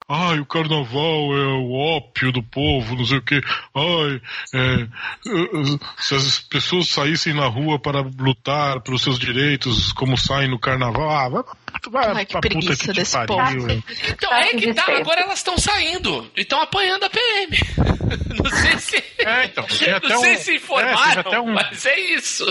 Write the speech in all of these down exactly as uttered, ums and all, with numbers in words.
ai, o carnaval é o ópio do povo, não sei o quê. Ai, é, se as pessoas saíssem na rua para lutar pelos seus direitos, como saem no carnaval, ah, vai, vai ai, que pra puta que te pariu. Então, é que tá, agora elas estão saindo e estão apanhando a P M. Não sei se... É, então, tem até não sei um, se informaram, é, até um... mas é isso.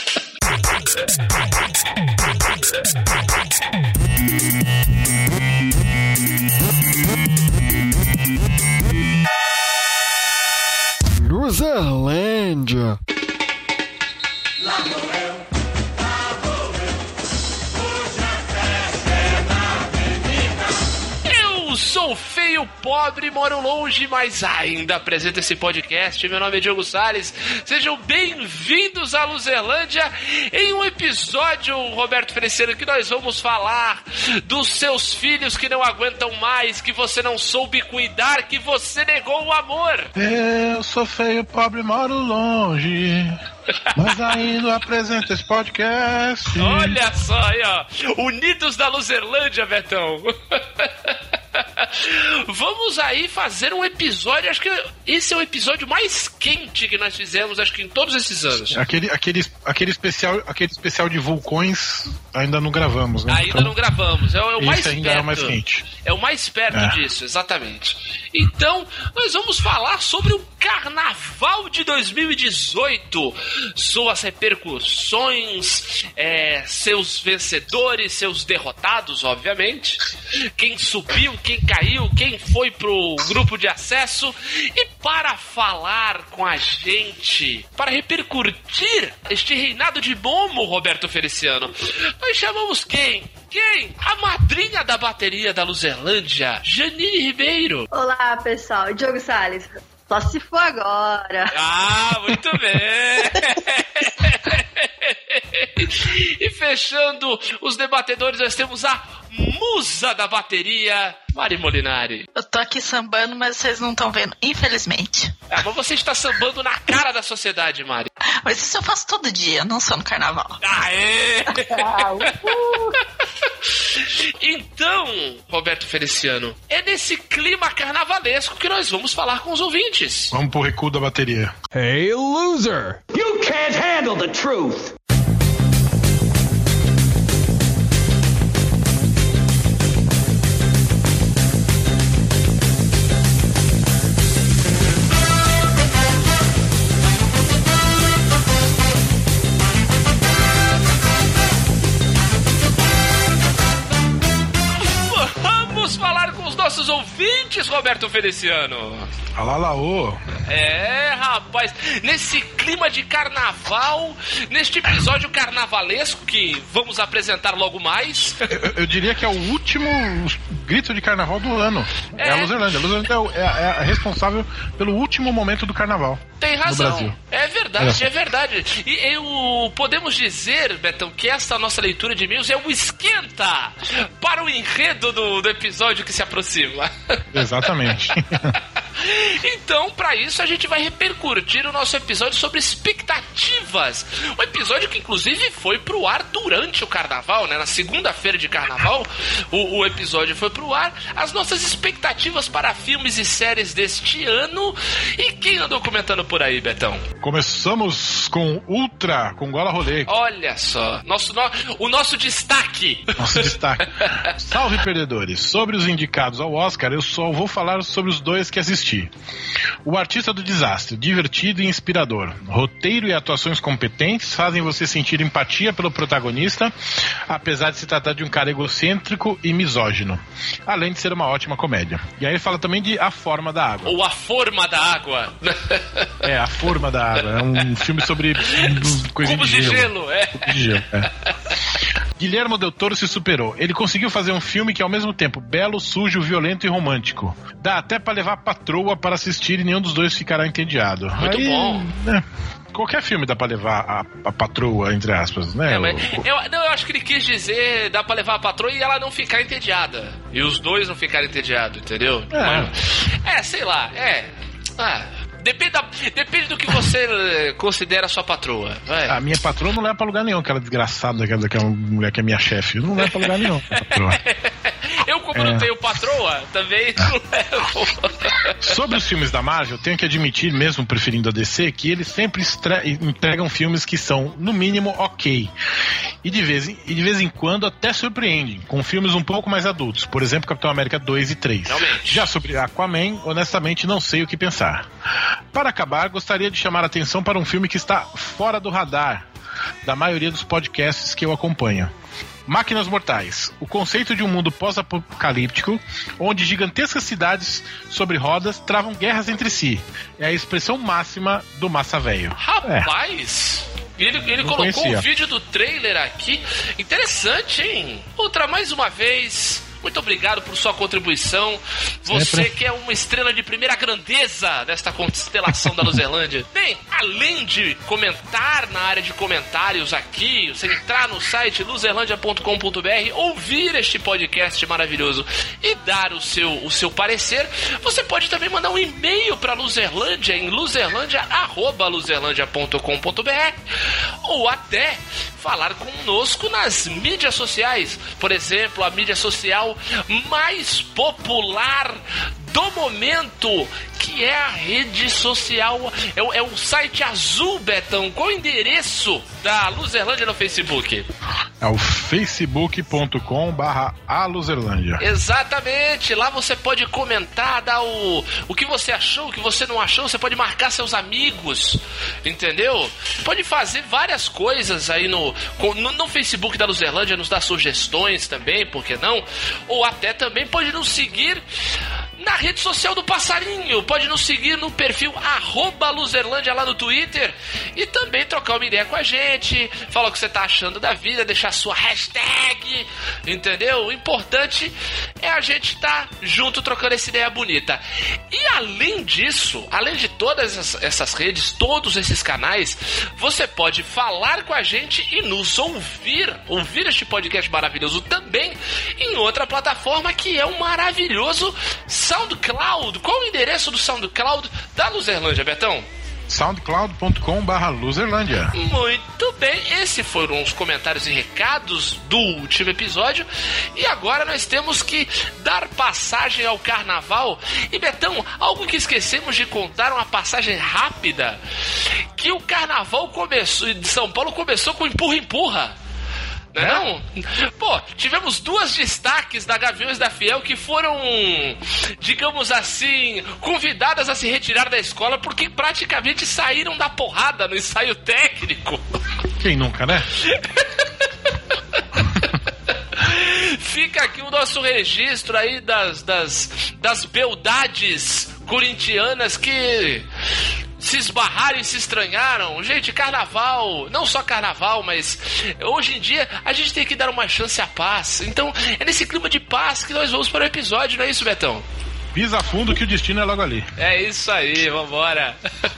Luzerlândia. Lá vou eu, lá vou eu, hoje a festa é na avenida. Eu sou feio, pobre, moro longe, mas ainda apresento esse podcast. Meu nome é Diogo Salles. Sejam bem-vindos à Luzerlândia em um episódio, Roberto Feliciano, que nós vamos falar dos seus filhos que não aguentam mais, que você não soube cuidar, que você negou o amor. Eu sou feio, pobre, moro longe, mas ainda apresento esse podcast. Olha só aí, ó. Unidos da Luzerlândia, Betão. Vamos aí fazer um episódio. Acho que esse é o episódio mais quente que nós fizemos, acho que em todos esses anos. Aquele, aquele, aquele, especial, aquele especial de vulcões ainda não gravamos, né? Ainda então, não gravamos. É, é o mais ainda perto. É o mais quente. É o mais perto é. disso, exatamente. Então, nós vamos falar sobre o Carnaval de dois mil e dezoito, suas repercussões, é, seus vencedores, seus derrotados, obviamente, quem subiu, quem caiu, quem foi pro grupo de acesso. E para falar com a gente, para repercutir este reinado de Momo, Roberto Feliciano, nós chamamos quem? Quem? A madrinha da bateria da Luzerlândia, Janine Ribeiro. Olá, pessoal. Diogo Salles. Só se for agora. Ah, muito bem. E fechando os debatedores, nós temos a musa da bateria, Mari Molinari. Eu tô aqui sambando, mas vocês não estão vendo, infelizmente. Ah, mas você está sambando na cara da sociedade, Mari. Mas isso eu faço todo dia, não só no carnaval. Aê! Então, Roberto Feliciano, é nesse clima carnavalesco que nós vamos falar com os ouvintes. Vamos pro recuo da bateria. Hey, loser! You can't handle the truth! Nossos ouvintes, Roberto Feliciano. Alalaô. É, rapaz, nesse clima de carnaval, neste episódio carnavalesco que vamos apresentar logo mais. Eu, eu diria que é o último grito de carnaval do ano. É, é a Luzerlândia. A Luzerlândia é, é a responsável pelo último momento do carnaval. Tem razão. No Brasil. É verdade, é, é verdade. E eu, podemos dizer, Betão, que esta nossa leitura de e-mails é um esquenta para o enredo do, do episódio que se aproxima. Exatamente. Então, para isso, a gente vai repercutir o nosso episódio sobre expectativas. Um episódio que, inclusive, foi pro ar durante o carnaval, né? Na segunda-feira de carnaval, o, o episódio foi pro ar. As nossas expectativas para filmes e séries deste ano. E quem andou comentando por aí, Betão? Começamos com Ultra, com Gola Rolê. Olha só, nosso, no, o nosso destaque. Nosso destaque. Salve, perdedores. Sobre os indicados ao Oscar, eu só vou falar sobre os dois que assisti. O Artista do Desastre, divertido e inspirador. Roteiro e atuações competentes fazem você sentir empatia pelo protagonista, apesar de se tratar de um cara egocêntrico e misógino, além de ser uma ótima comédia. E aí ele fala também de A Forma da Água. Ou A Forma da Água. É, A Forma da Água. É um filme sobre coisinha Cubos de gelo. de gelo, é. Cubos de gelo, é. Guilherme Del Toro se superou. Ele conseguiu fazer um filme que é ao mesmo tempo belo, sujo, violento e romântico. Dá até pra levar a patroa para assistir e nenhum dos dois ficará entediado. Muito Aí, bom. Né, qualquer filme dá pra levar a, a patroa, entre aspas, né? É, mas o, eu, não, eu acho que ele quis dizer dá pra levar a patroa e ela não ficar entediada. E os dois não ficarem entediados, entendeu? É, mas, é sei lá, é... Ah... Depende, da, depende do que você considera sua patroa. Vai. A minha patroa não leva pra lugar nenhum, aquela desgraçada, aquela, aquela mulher que é minha chefe. Não leva pra lugar nenhum. Eu, como é. não tenho patroa, também não levo. Sobre os filmes da Marvel, tenho que admitir, mesmo preferindo a D C, que eles sempre estre... entregam filmes que são, no mínimo, ok. E de, vez em... e de vez em quando até surpreendem, com filmes um pouco mais adultos. Por exemplo, Capitão América dois e três. Realmente. Já sobre Aquaman, honestamente não sei o que pensar. Para acabar, gostaria de chamar a atenção para um filme que está fora do radar da maioria dos podcasts que eu acompanho. Máquinas Mortais, o conceito de um mundo pós-apocalíptico onde gigantescas cidades sobre rodas travam guerras entre si. É a expressão máxima do massa velho. Rapaz! É. Ele, ele colocou conhecia. O vídeo do trailer aqui. Interessante, hein? Outra, mais uma vez... Muito obrigado por sua contribuição. Você Sempre. que é uma estrela de primeira grandeza desta constelação da Luzerlândia. Bem, além de comentar na área de comentários aqui, você entrar no site luzerlandia ponto com ponto b r, ouvir este podcast maravilhoso e dar o seu, o seu parecer, você pode também mandar um e-mail para Luzerlândia em luzerlandia arroba luzerlandia ponto com ponto b r ou até falar conosco nas mídias sociais. Por exemplo, a mídia social mais popular do momento, que é a rede social, é o, é o site azul, Betão. Qual o endereço da Luzerlândia no Facebook? É o facebook ponto com barra a Luzerlândia. Exatamente, lá você pode comentar, dar o, o que você achou, o que você não achou, você pode marcar seus amigos, entendeu? Pode fazer várias coisas aí no, no, no Facebook da Luzerlândia, nos dar sugestões também, por que não? Ou até também pode nos seguir na rede social do Passarinho, pode nos seguir no perfil arroba Luzerlândia lá no Twitter e também trocar uma ideia com a gente, falar o que você tá achando da vida, deixar sua hashtag, entendeu? O importante é a gente estar tá junto trocando essa ideia bonita. E além disso, além de todas essas, essas redes, todos esses canais, você pode falar com a gente e nos ouvir, ouvir este podcast maravilhoso também em outra plataforma que é o maravilhoso SoundCloud. Qual o endereço do SoundCloud da Luzerlândia, Betão? soundcloud ponto com barra Luzerlândia. Muito bem, esses foram os comentários e recados do último episódio. E agora nós temos que dar passagem ao carnaval. E Betão, algo que esquecemos de contar, uma passagem rápida, que o carnaval começou, de São Paulo começou com empurra-empurra. Não, é? não? Pô, tivemos duas destaques da Gaviões da Fiel que foram, digamos assim, convidadas a se retirar da escola porque praticamente saíram da porrada no ensaio técnico. Quem nunca, né? Fica aqui o nosso registro aí das, das, das beldades corintianas que se esbarraram e se estranharam. Gente, carnaval, não só carnaval, mas hoje em dia a gente tem que dar uma chance à paz. Então é nesse clima de paz que nós vamos para o episódio, não é isso, Betão? Pisa fundo que o destino é logo ali. É isso aí, vambora.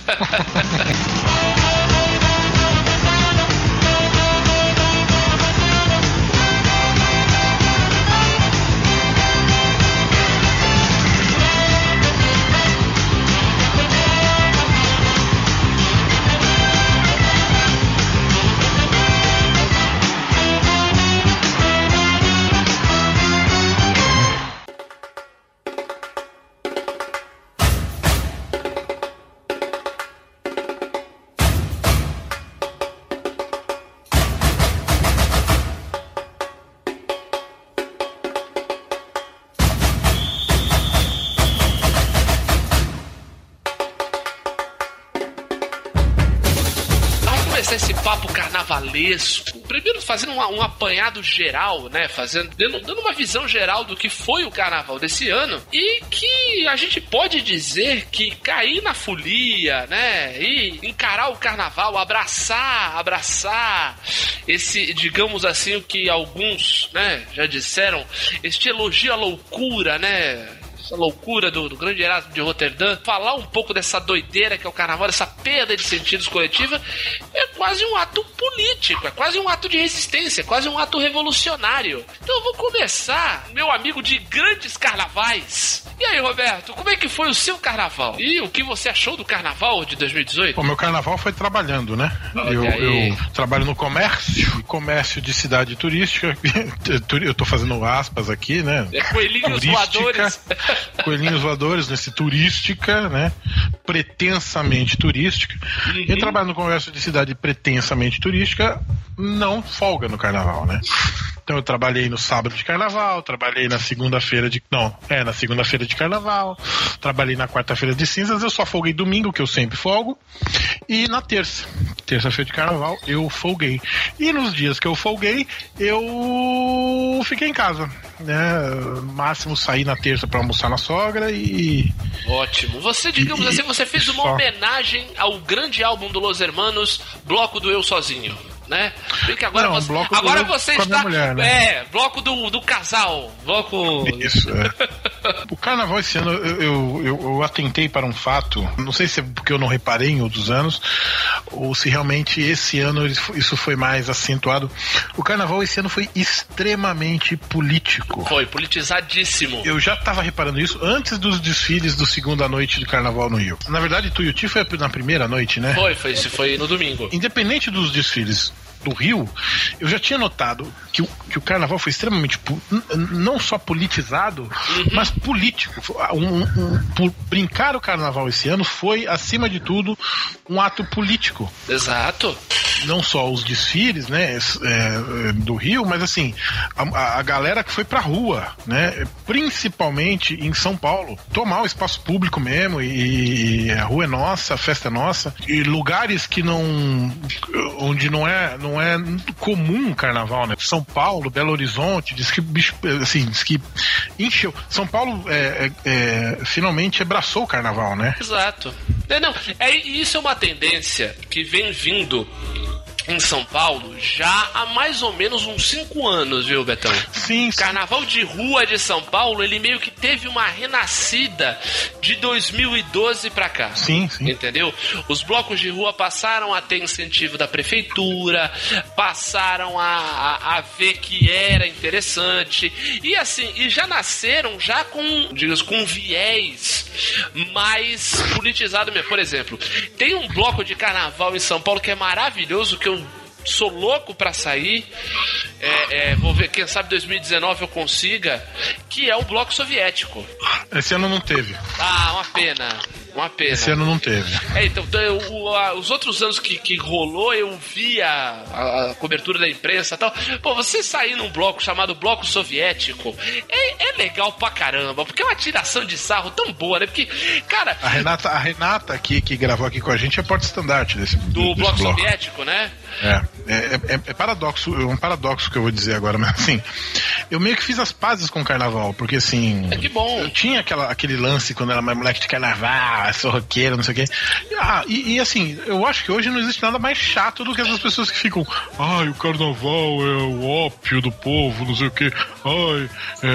Esse papo carnavalesco, primeiro fazendo um, um apanhado geral, né, fazendo, dando, dando uma visão geral do que foi o carnaval desse ano e que a gente pode dizer que cair na folia, né, e encarar o carnaval, abraçar, abraçar esse, digamos assim, o que alguns, né, já disseram, este elogio à loucura, né, essa loucura do, do grande Erasmo de Roterdã, falar um pouco dessa doideira que é o carnaval, essa perda de sentidos coletiva, é quase um ato político, é quase um ato de resistência, é quase um ato revolucionário. Então eu vou começar, meu amigo de grandes carnavais. E aí, Roberto, como é que foi o seu carnaval? E o que você achou do carnaval de dois mil e dezoito? O meu carnaval foi trabalhando, né? Eu, eu trabalho no comércio, comércio de cidade turística. Eu tô fazendo aspas aqui, né? É coelhinhos turística, voadores. Coelhinhos voadores nesse turística, né? Pretensamente turística. Uhum. Quem trabalha no comércio de cidade pretensamente turística não folga no carnaval, né? Então eu trabalhei no sábado de carnaval, trabalhei na segunda-feira de... Não, é, na segunda-feira de carnaval, trabalhei na quarta-feira de cinzas, eu só folguei domingo, que eu sempre folgo, e na terça, terça-feira de carnaval, eu folguei. E nos dias que eu folguei, eu fiquei em casa, né? Máximo saí na terça pra almoçar na sogra e... Ótimo. Você, digamos e, assim, você fez uma só. homenagem ao grande álbum do Los Hermanos, Bloco do Eu Sozinho. Né? Porque agora Não, você, bloco agora do, você com a minha está. mulher, né? É, bloco do, do casal. Bloco. Isso, é. O carnaval esse ano eu, eu, eu, eu atentei para um fato, não sei se é porque eu não reparei em outros anos, ou se realmente esse ano isso foi mais acentuado. O carnaval esse ano foi extremamente político. Foi, politizadíssimo. Eu já estava reparando isso antes dos desfiles do segunda noite de carnaval no Rio. Na verdade, Tuiuti foi na primeira noite, né? Foi, foi, foi no domingo. Independente dos desfiles do Rio, eu já tinha notado que o, que o carnaval foi extremamente não só politizado, uhum. mas político. Um, um, um, brincar o carnaval esse ano foi, acima de tudo, um ato político. Exato. Não só os desfiles, né, é, do Rio, mas assim, a, a galera que foi pra rua, né, principalmente em São Paulo, tomar o espaço público mesmo, e, e a rua é nossa, a festa é nossa, e lugares que não, onde não é, não é comum carnaval, né, São Paulo, Belo Horizonte, diz que, assim, diz que encheu. São Paulo é, é, é, finalmente abraçou o carnaval, né? Exato. É, não, é, isso é uma tendência que vem vindo em São Paulo já há mais ou menos uns cinco anos, viu, Betão? Sim, sim. Carnaval de rua de São Paulo, ele meio que teve uma renascida de dois mil e doze pra cá. Sim, sim. Entendeu? Os blocos de rua passaram a ter incentivo da prefeitura, passaram a, a, a ver que era interessante, e assim, e já nasceram já com, digamos, com um viés mais politizado mesmo. Por exemplo, tem um bloco de carnaval em São Paulo que é maravilhoso, que eu sou louco pra sair, é, é, vou ver, quem sabe dois mil e dezenove eu consiga, que é o bloco soviético. Esse ano não teve. Ah, uma pena. Uma pena. Esse ano não teve. É, então, eu, o, a, os outros anos que, que rolou, eu via a, a cobertura da imprensa e tal. Pô, você sair num bloco chamado Bloco Soviético é, é legal pra caramba, porque é uma tiração de sarro tão boa, né? Porque, cara... A Renata, a Renata aqui, que gravou aqui com a gente, é porta-estandarte desse, do desse Bloco bloco Soviético, né? É, é, é, é paradoxo, é um paradoxo que eu vou dizer agora, mas assim, eu meio que fiz as pazes com o carnaval, porque assim... É que bom. Eu tinha aquela, aquele lance quando era mais moleque de carnaval, sou roqueiro, não sei o quê. Ah, e, e assim, eu acho que hoje não existe nada mais chato do que essas pessoas que ficam, ai, o carnaval é o ópio do povo, não sei o quê. Ai,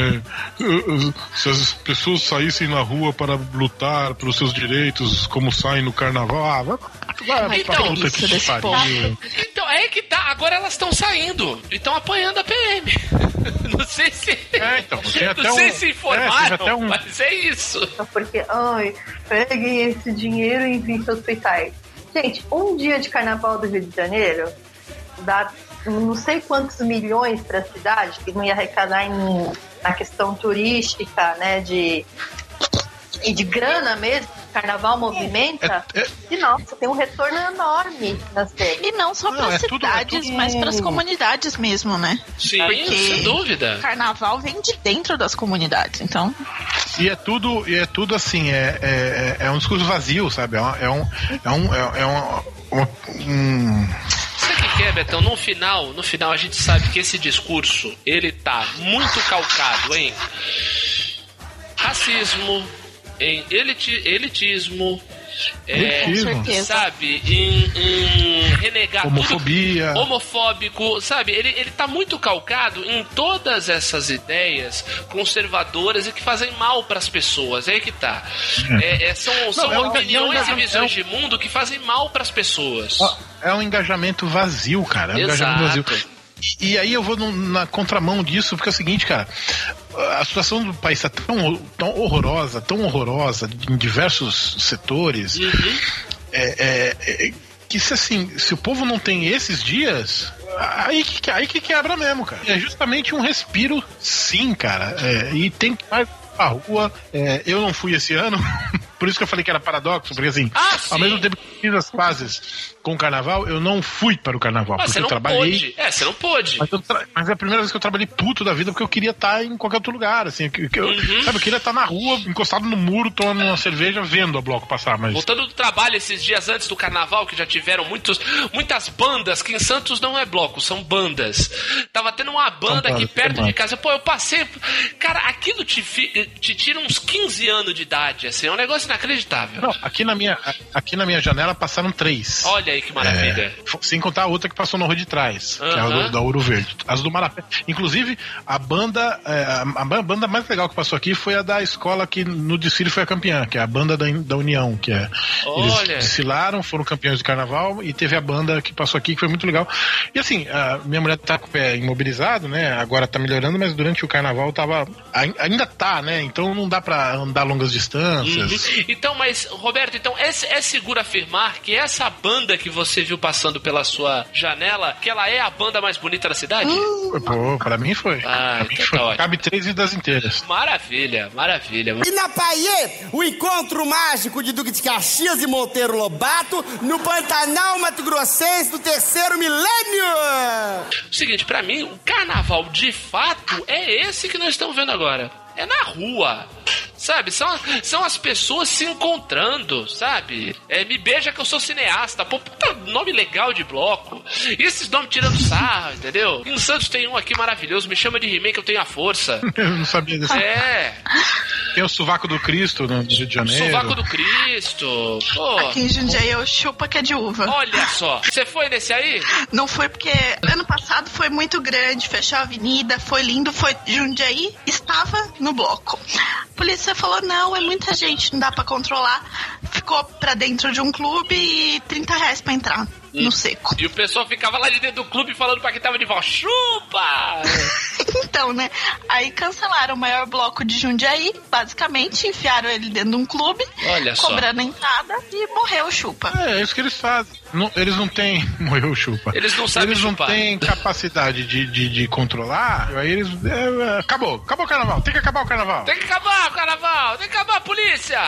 é, se as pessoas saíssem na rua para lutar pelos seus direitos, como saem no carnaval, ah, vai, vai, então, vai, puta que pariu. Então, é que tá, agora elas estão saindo e estão apanhando a P M. Não sei se. É, então, tem até não sei um, se informaram, é, até um... mas é isso. Porque, ai, peguem esse dinheiro e enviem seus hospitais. Gente, um dia de carnaval do Rio de Janeiro dá não sei quantos milhões para a cidade, que não ia arrecadar em, na questão turística, né, de, e de grana mesmo. Carnaval movimenta, é, é, e nossa, tem um retorno enorme nas cidades. E não só para as é tudo, cidades, é tudo... mas para as comunidades mesmo, né? Sim, porque sem dúvida. Carnaval vem de dentro das comunidades, então... E é tudo, e é tudo assim, é, é, é um discurso vazio, sabe? É um... É um, é um, é um, um... Sabe o que é, Betão? No final, no final a gente sabe que esse discurso, ele tá muito calcado em racismo, em eliti- elitismo, é, Com certeza. sabe, em, em renegar Homofobia. tudo, homofóbico, sabe, ele, ele tá muito calcado em todas essas ideias conservadoras e que fazem mal pras pessoas, é aí que tá. É, é, são são é um- opiniões é um- e visões é de mundo que fazem mal pras pessoas. É um engajamento vazio, cara. É um engajamento vazio. Exato. E, e aí eu vou no- na contramão disso, porque é o seguinte, cara, a situação do país tá tão, tão horrorosa, tão horrorosa em diversos setores, Uhum. é, é, é, que se assim, se o povo não tem esses dias, aí que, aí que quebra mesmo, cara. É justamente um respiro, sim, cara. É, e tem que ir pra rua. É, eu não fui esse ano, por isso que eu falei que era paradoxo, porque assim, Ah, ao sim. mesmo tempo que eu fiz as fases com o carnaval, eu não fui para o carnaval, Mas porque você eu não trabalhei. pôde. É, você não pôde. Mas, eu tra- mas é a primeira vez que eu trabalhei puto da vida, porque eu queria estar em qualquer outro lugar, assim, que, que eu, Uhum. sabe, eu queria estar na rua, encostado no muro, tomando uma cerveja, vendo a bloco passar, mas... Voltando do trabalho esses dias antes do carnaval, que já tiveram muitos, muitas bandas, que em Santos não é bloco, são bandas. Tava tendo uma banda São aqui bandas, perto são de bandas. casa. Pô, eu passei. Cara, aquilo te, fi- te tira uns quinze anos de idade, assim, é um negócio inacreditável. Não, aqui na minha, aqui na minha janela passaram três. Olha aí que maravilha. É, f- sem contar a outra que passou na rua de trás, que é a Aham. do- da Ouro Verde. As do Marapé. Inclusive, a banda, é, a, a banda mais legal que passou aqui foi a da escola que no desfile foi a campeã, que é a banda da, da União, que é. Olha. Eles desfilaram, foram campeões de carnaval e teve a banda que passou aqui, que foi muito legal. E assim, a minha mulher tá com o pé imobilizado, né? Agora tá melhorando, mas durante o carnaval tava. ai- Ainda tá, né? Então não dá pra andar longas distâncias. Uhum. Então, mas, Roberto, então é, é seguro afirmar que essa banda que você viu passando pela sua janela, que ela é a banda mais bonita da cidade? Pô, pra mim foi. Ah, pra mim então foi. tá ótimo. Cabe três vidas inteiras. Maravilha, maravilha. E na Paiê, o encontro mágico de Duque de Caxias e Monteiro Lobato no Pantanal Mato Grossense do terceiro milênio. O seguinte, pra mim, o carnaval de fato é esse que nós estamos vendo agora. É na rua. Sabe? São, são as pessoas se encontrando, sabe? É, me beija que eu sou cineasta. Pô, puta nome legal de bloco. E esses nomes tirando sarro, entendeu? Em Santos tem um aqui maravilhoso, me chama de He-Man que eu tenho a força. Eu não sabia desse. É, Tem o Sovaco do Cristo no Rio de Janeiro. Sovaco do Cristo. Pô, Aqui em Jundiaí eu chupa que é de uva. olha só. Você foi nesse aí? Não foi porque ano passado foi muito grande, fechou a avenida, foi lindo, foi Jundiaí, estava no bloco. A polícia falou, não, é muita gente, não dá pra controlar. Ficou pra dentro de um clube e trinta reais pra entrar no seco. E o pessoal ficava lá de dentro do clube falando pra quem tava de volta, chupa! Então, né, aí cancelaram o maior bloco de Jundiaí, basicamente, enfiaram ele dentro de um clube, Olha só. cobrando a entrada e morreu o chupa. É, é isso que eles fazem. Não- eles não têm. Morreu o chupa. Eles não sabem Eles não chupar. têm capacidade de, de, de controlar. Aí eles. é, é, acabou. Acabou o carnaval. Tem que acabar o carnaval. Tem que acabar o carnaval! Tem que acabar a polícia!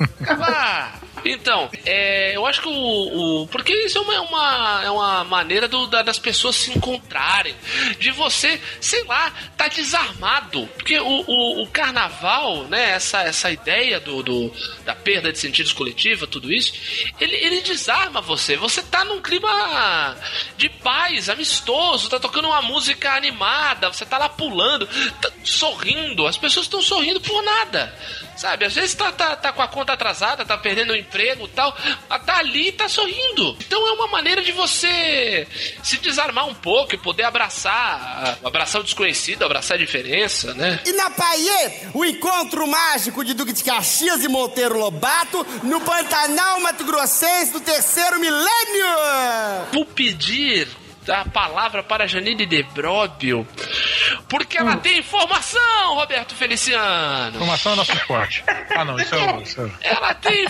Acabar! Então, é, eu acho que o, o- porque isso é uma, uma, é uma maneira do- da- das pessoas se encontrarem, de você, sei lá, tá desarmado. Porque o, o, o carnaval, né, essa, essa ideia do, do- da perda de sentidos coletiva, tudo isso, ele, ele desarma você. Você tá num clima de paz, amistoso, tá tocando uma música animada, você tá lá pulando, tá sorrindo, as pessoas estão sorrindo por nada. Sabe, às vezes tá, tá, tá com a conta atrasada, tá perdendo o emprego e tal, mas tá ali e tá sorrindo. Então é uma maneira de você se desarmar um pouco e poder abraçar, abraçar o desconhecido, abraçar a diferença, né? E na Paiê, o encontro mágico de Duque de Caxias e Monteiro Lobato no Pantanal Mato Grossense do terceiro milênio. Vou pedir a palavra para a Janine de Bróbio, porque ela tem informação, Roberto Feliciano. Informação é nosso esporte. Ah, não, isso é o. Isso é o... Ela tem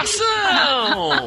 informação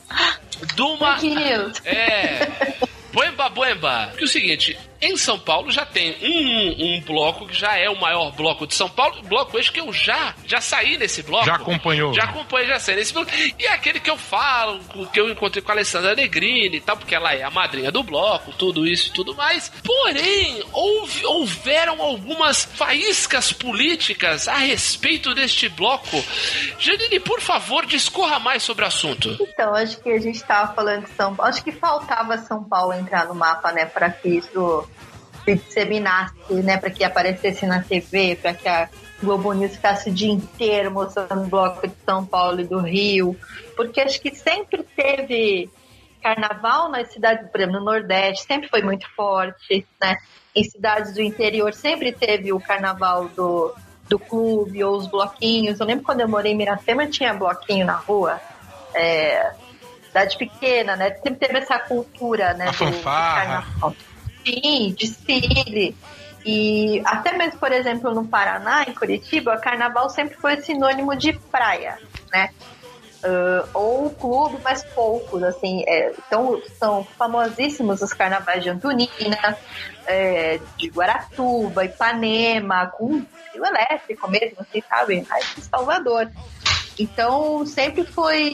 de uma... Fake news. É. Buemba, buemba. Porque é o seguinte, em São Paulo já tem um, um bloco que já é o maior bloco de São Paulo, bloco esse que eu já, já saí nesse bloco. Já acompanhou. Já acompanhei, já saí nesse bloco. E é aquele que eu falo, que eu encontrei com a Alessandra Negrini e tal, porque ela é a madrinha do bloco, tudo isso e tudo mais. Porém, houve, houveram algumas faíscas políticas a respeito deste bloco. Janine, por favor, discorra mais sobre o assunto. Então, acho que a gente tava falando de São Paulo. Acho que faltava São Paulo entrar no mapa, né? Para que isso se disseminasse, né? Para que aparecesse na T V, para que a Globo News ficasse o dia inteiro mostrando o bloco de São Paulo e do Rio, porque acho que sempre teve carnaval nas cidades, por exemplo, no Nordeste, sempre foi muito forte, né? Em cidades do interior sempre teve o carnaval do, do clube ou os bloquinhos. Eu lembro quando eu morei em Miracema, tinha bloquinho na rua. É, cidade pequena, né? Sempre teve essa cultura, né? A do, fanfarra. do carnaval. Sim, desfile. E até mesmo, por exemplo, no Paraná, em Curitiba, carnaval sempre foi sinônimo de praia, né? Uh, ou clube, mas poucos, assim. É, então, são famosíssimos os carnavais de Antonina, é, de Guaratuba, Ipanema, com fio elétrico mesmo, assim, sabe? Aí de Salvador. Então, sempre foi...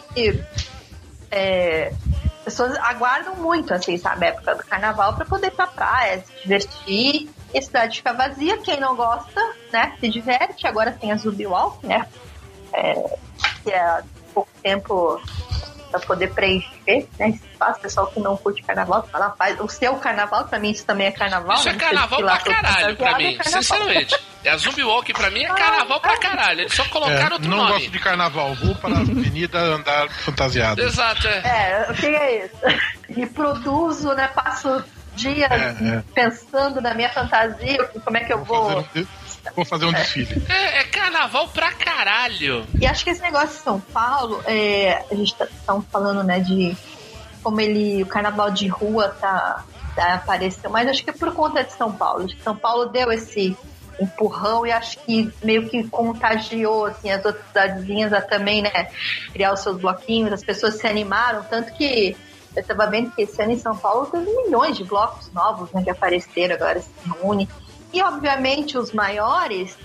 É, pessoas aguardam muito, assim, sabe? A época do carnaval para poder ir pra praia, se divertir. E a cidade fica vazia, quem não gosta, né, se diverte. Agora tem a Zumbi Walk, né, é, que é há pouco tempo para poder preencher, né, esse espaço. Pessoal que não curte carnaval, fala, faz o seu carnaval, pra mim isso também é carnaval. Isso né? é carnaval pra caralho, pra mim, é sinceramente. A Zumbi Walk pra mim é carnaval pra caralho. Eles só colocaram É, outro não nome. gosto de carnaval, vou para a avenida andar fantasiado. Exato, é. É, o que é isso? E produzo, né, passo dias É, é. pensando na minha fantasia, como é que eu Vou vou... fazer um, vou fazer um desfile. É, é carnaval pra caralho. E acho que esse negócio de São Paulo, é, a gente tá, tá falando, né, de como ele, o carnaval de rua tá, tá apareceu, mas acho que é por conta de São Paulo. Acho que São Paulo deu esse empurrão e acho que meio que contagiou, assim, as outras cidadezinhas a também, né, criar os seus bloquinhos, as pessoas se animaram, tanto que eu estava vendo que esse ano em São Paulo teve milhões de blocos novos, né, que apareceram, agora se reúne. E, obviamente, os maiores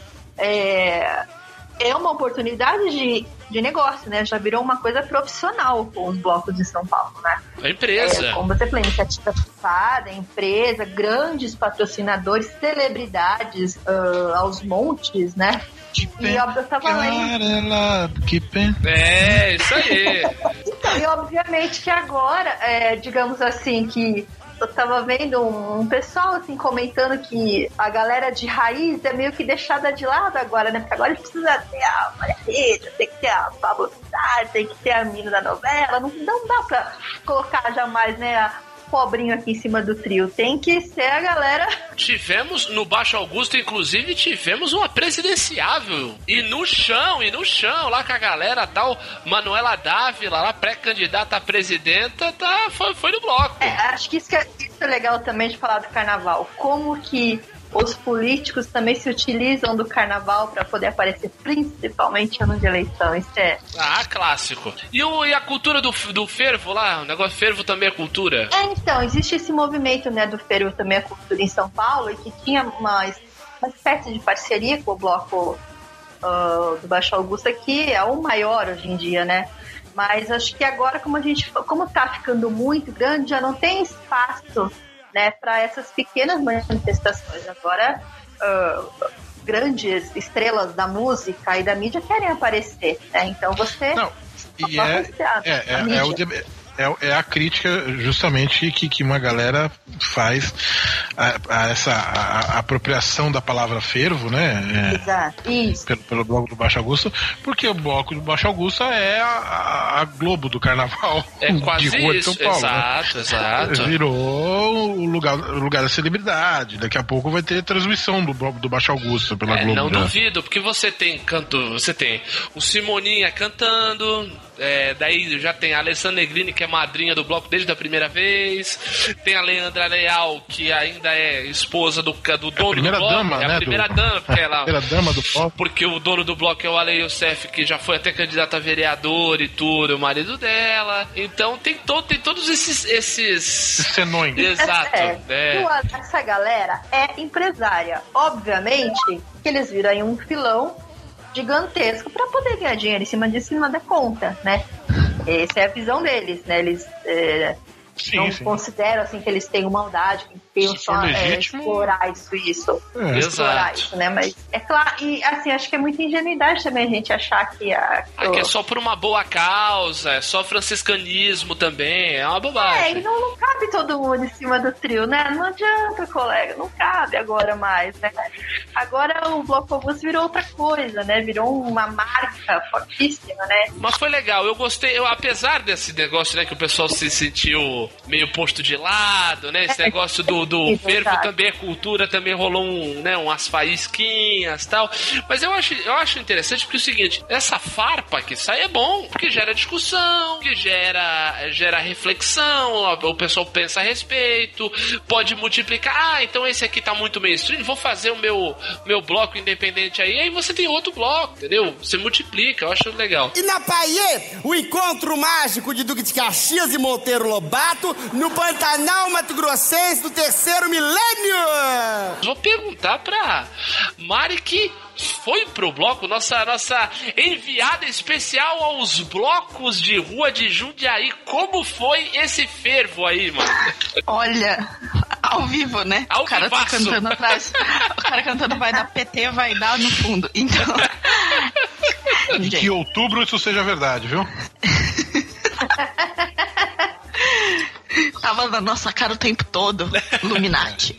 é, é uma oportunidade de, de negócio, né? Já virou uma coisa profissional com os blocos de São Paulo, né? A empresa. É, como você falou, iniciativa privada, empresa, grandes patrocinadores, celebridades uh, aos montes, né? E óbvio, eu tava lendo. Que pena. É, isso aí. Então, e obviamente que agora, é, digamos assim, que eu tava vendo um, um pessoal assim comentando que a galera de raiz é meio que deixada de lado agora, né? Porque agora precisa ter a Maria Rita, tem que ter a Pablo Vittar, tem que ter a mina da novela. Não, não dá pra colocar jamais, né, a pobrinho aqui em cima do trio. Tem que ser a galera... Tivemos, no Baixo Augusto, inclusive, tivemos uma presidenciável. E no chão, e no chão, lá com a galera, tal, Manuela Dávila, lá, pré-candidata a presidenta, tá, foi, foi no bloco. É, acho que isso, que é, isso é legal também de falar do carnaval. Como que os políticos também se utilizam do carnaval para poder aparecer, principalmente em ano de eleição. Isso é... Ah, clássico. E, o, e a cultura do, do fervo lá? O negócio fervo também é cultura? É, então, existe esse movimento, né, do fervo também é cultura em São Paulo, e que tinha uma, uma espécie de parceria com o bloco uh, do Baixo Augusta, que é o maior hoje em dia, né? Mas acho que agora, como a gente, como tá ficando muito grande, já não tem espaço, né, para essas pequenas manifestações. Agora, uh, grandes estrelas da música e da mídia querem aparecer, né? Então você... Não, e é, é, é, é, o, é, é a crítica justamente que, que uma galera faz a, a essa a, a apropriação da palavra fervo, né? É, Exato, isso. Pelo, pelo bloco do Baixo Augusta, porque o bloco do Baixo Augusta é a, a Globo do carnaval. É quase de rua isso, de São Paulo, exato, né? exato. Virou o lugar, o lugar da celebridade. Daqui a pouco vai ter transmissão do bloco do Baixo Augusta pela É, Globo. não já. duvido, porque você tem canto, você tem o Simoninha cantando, é, daí já tem a Alessandra Negrini, que é madrinha do bloco desde a primeira vez, tem a Leandra Leal, que ainda é esposa do, do dono primeira do bloco, dama, é a né, primeira do- dama, porque ela... primeira dama do bloco. Porque o dono do bloco é o Ale Youssef, que já foi até candidato a vereador e tudo, o marido dela. Então tem, to, tem todos esses... esses... Senões. Exato. É, É. e essa galera é empresária. Obviamente que eles viram aí um filão gigantesco para poder ganhar dinheiro em cima de cima da conta, né? Essa é a visão deles, né? Eles é, Sim, não sim. consideram assim que eles tenham maldade, pensar, é, legítimo... explorar isso, isso. É. Explorar Exato. isso, né? Mas é claro, e assim, acho que é muita ingenuidade também a gente achar que a. Ah, que é só por uma boa causa, é só franciscanismo também, é uma É, bobagem. e não, não cabe todo mundo em cima do trio, né? Não adianta, colega, não cabe agora mais, né? Agora o Bloco Augusto virou outra coisa, né? Virou uma marca fortíssima, né? Mas foi legal, eu gostei, eu, apesar desse negócio, né, que o pessoal se sentiu meio posto de lado, né, esse negócio do, do Isso, fervo verdade. também é cultura, também rolou um, né, umas faísquinhas e tal, mas eu acho, eu acho interessante porque é o seguinte, essa farpa que sai é bom, porque gera discussão, que gera, gera reflexão, o pessoal pensa a respeito, pode multiplicar, ah, então esse aqui tá muito mainstream, vou fazer o meu, meu bloco independente aí, aí você tem outro bloco, entendeu? Você multiplica, eu acho legal. E na Paiê, o encontro mágico de Duque de Caxias e Monteiro Lobato no Pantanal Mato Grossense do terceiro milênio. Vou perguntar pra Mari que foi pro bloco, nossa, nossa enviada especial aos blocos de rua de Jundiaí. Como foi esse fervo aí, mano? Olha, ao vivo, né? Ao o cara tá vivaço. cantando atrás. O cara cantando vai dar P T, vai dar no fundo. Então. E que em outubro isso seja verdade, viu? Tava na nossa cara o tempo todo, Illuminati.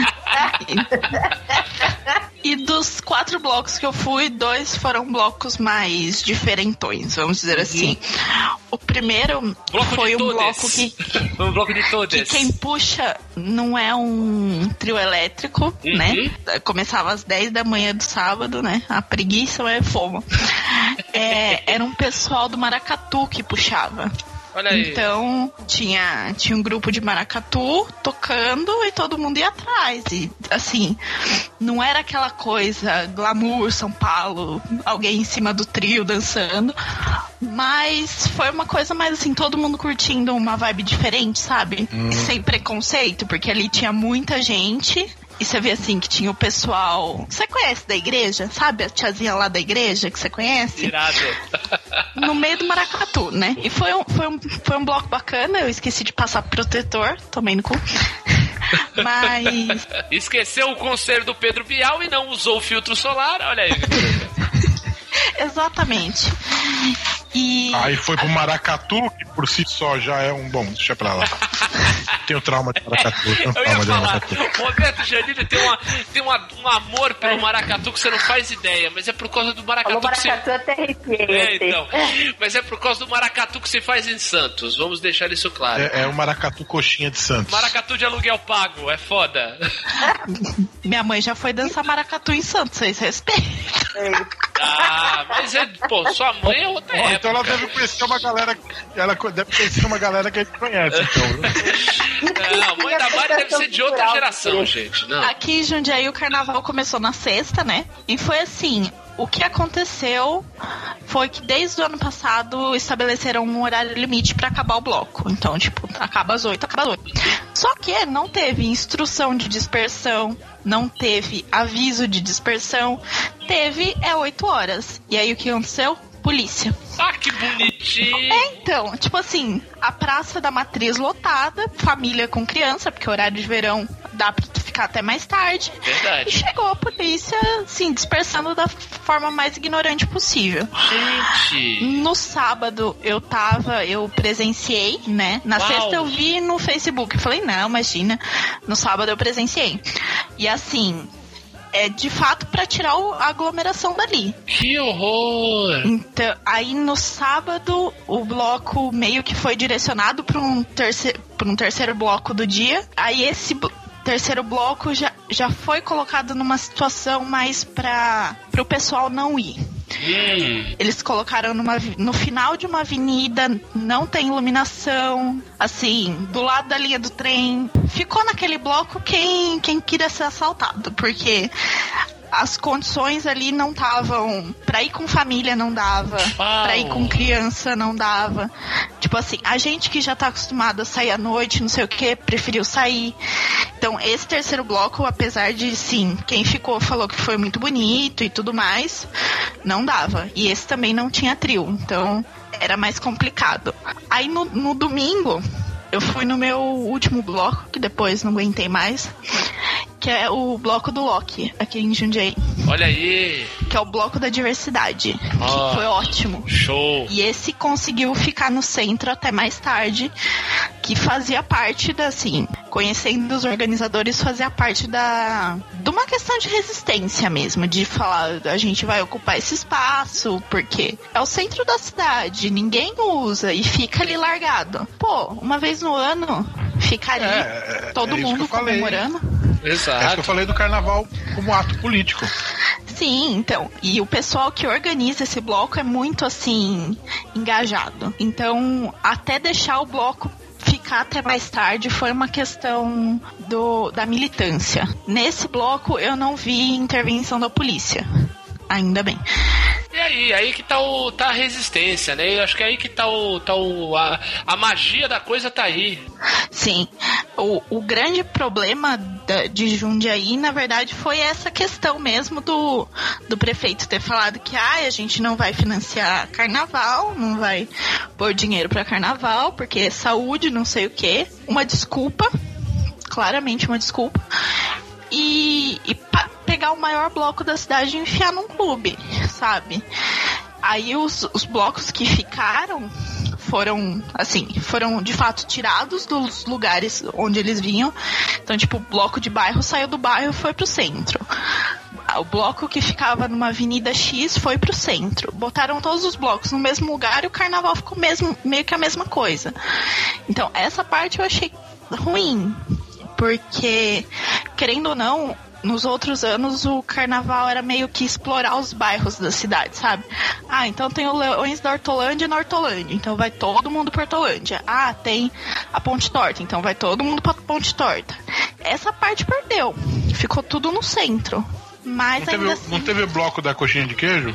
E dos quatro blocos que eu fui, dois foram blocos mais diferentões, vamos dizer assim. O primeiro Bloco foi de um todes. bloco que, Um bloco de que todas. quem puxa não é um trio elétrico, Uhum. né? Começava às dez da manhã do sábado, né? A preguiça é fomo. É, era um pessoal do Maracatu que puxava. Olha aí. Então, tinha, tinha um grupo de maracatu tocando e todo mundo ia atrás. E, assim, não era aquela coisa glamour, São Paulo, alguém em cima do trio dançando. Mas foi uma coisa mais assim, todo mundo curtindo uma vibe diferente, sabe? Hum. Sem preconceito, porque ali tinha muita gente. E você vê assim que tinha o pessoal. Você conhece da igreja? Sabe a tiazinha lá da igreja que você conhece? Irado. No meio do maracatu, né? E foi um, foi, um, foi um bloco bacana. Eu esqueci de passar protetor, tomei no cu. Mas. Esqueceu o conselho do Pedro Bial e não usou o filtro solar. Olha aí. Exatamente. E. Aí foi pro Maracatu, que por si só já é um... Bom, deixa pra lá. Tenho trauma de Maracatu. Tenho Eu trauma ia de falar, Maracatu. o Roberto Janine tem, uma, tem uma, um amor pelo Maracatu que você não faz ideia, mas é por causa do Maracatu, Falou que Maracatu, você... até arrepiei. É, assim. então. Mas é por causa do Maracatu que se faz em Santos. Vamos deixar isso claro. É, é o Maracatu Coxinha de Santos. Maracatu de aluguel pago, é foda. Minha mãe já foi dançar maracatu em Santos, vocês respeitam. Ah, mas é, pô, sua mãe é outra Ó, época. então ela deve conhecer uma galera. Ela deve conhecer uma galera que a gente conhece, então. Viu? Não, mãe da Mari deve ser de outra geração, gente. Não. Aqui em Jundiaí o carnaval começou na sexta, né? E foi assim, o que aconteceu foi que desde o ano passado estabeleceram um horário limite pra acabar o bloco. Então, tipo, acaba às oito, acaba às oito. Só que não teve instrução de dispersão, não teve aviso de dispersão, teve é oito horas. E aí o que aconteceu? Polícia. Ah, que bonitinho. É, então, tipo assim, a Praça da Matriz lotada, família com criança, porque horário de verão dá pra ficar até mais tarde. Verdade. E chegou a polícia, assim, dispersando da forma mais ignorante possível. Gente. No sábado eu tava, eu presenciei, né? Na Uau. sexta eu vi no Facebook. Eu falei, não, imagina. No sábado eu presenciei. E assim, é de fato pra tirar o- a aglomeração dali. Que horror. Então, aí no sábado o bloco meio que foi direcionado para um terceiro, para um terceiro bloco do dia. Aí esse blo- terceiro bloco já, já foi colocado numa situação mais para o pessoal não ir. Hum. Eles colocaram numa, vi- no final de uma avenida, não tem iluminação, assim, do lado da linha do trem. Ficou naquele bloco quem, quem queria ser assaltado, porque as condições ali não estavam. Pra ir com família não dava, Uau. pra ir com criança não dava. Tipo assim, a gente que já tá acostumado a sair à noite, não sei o que, preferiu sair. Então, esse terceiro bloco, apesar de, sim, quem ficou falou que foi muito bonito e tudo mais, não dava. E esse também não tinha trio, então era mais complicado. Aí no, no domingo, eu fui no meu último bloco, que depois não aguentei mais, que é o bloco do Loki, aqui em Jundiaí. Olha aí! Que é o bloco da diversidade, Oh, que foi ótimo. Show! E esse conseguiu ficar no centro até mais tarde, que fazia parte da, assim, conhecendo os organizadores, fazia parte da de uma questão de resistência mesmo, de falar, a gente vai ocupar esse espaço, porque é o centro da cidade, ninguém usa e fica ali largado. Pô, uma vez no ano, fica ali, É, todo é isso mundo que eu falei. comemorando. É isso que eu Exato. falei do carnaval como ato político. Sim, então, e o pessoal que organiza esse bloco é muito, assim, engajado. Então, até deixar o bloco ficar até mais tarde foi uma questão do, da militância. Nesse bloco, eu não vi intervenção da polícia. Ainda bem. E aí, aí que tá, o, tá a resistência, né? Eu acho que é aí que tá, o, tá o, a, a magia da coisa tá aí. Sim, o, o grande problema da, de Jundiaí, na verdade, foi essa questão mesmo do, do prefeito ter falado que ah, a gente não vai financiar carnaval, não vai pôr dinheiro pra carnaval, porque é saúde, não sei o quê. Uma desculpa, claramente uma desculpa. E, e pa- pegar o maior bloco da cidade e enfiar num clube, sabe? Aí os, os blocos que ficaram foram, assim, foram de fato tirados dos lugares onde eles vinham. Então, tipo, o bloco de bairro saiu do bairro e foi pro centro. O bloco que ficava numa avenida X foi pro centro. Botaram todos os blocos no mesmo lugar e o carnaval ficou mesmo, meio que a mesma coisa. Então, essa parte eu achei ruim. Porque, querendo ou não, nos outros anos o carnaval era meio que explorar os bairros da cidade, sabe? Ah, então tem o Leões da Hortolândia na Hortolândia, então vai todo mundo pra Hortolândia. Ah, tem a Ponte Torta, então vai todo mundo pra Ponte Torta. Essa parte perdeu, ficou tudo no centro. Mas Não ainda teve, assim... não teve o bloco da coxinha de queijo?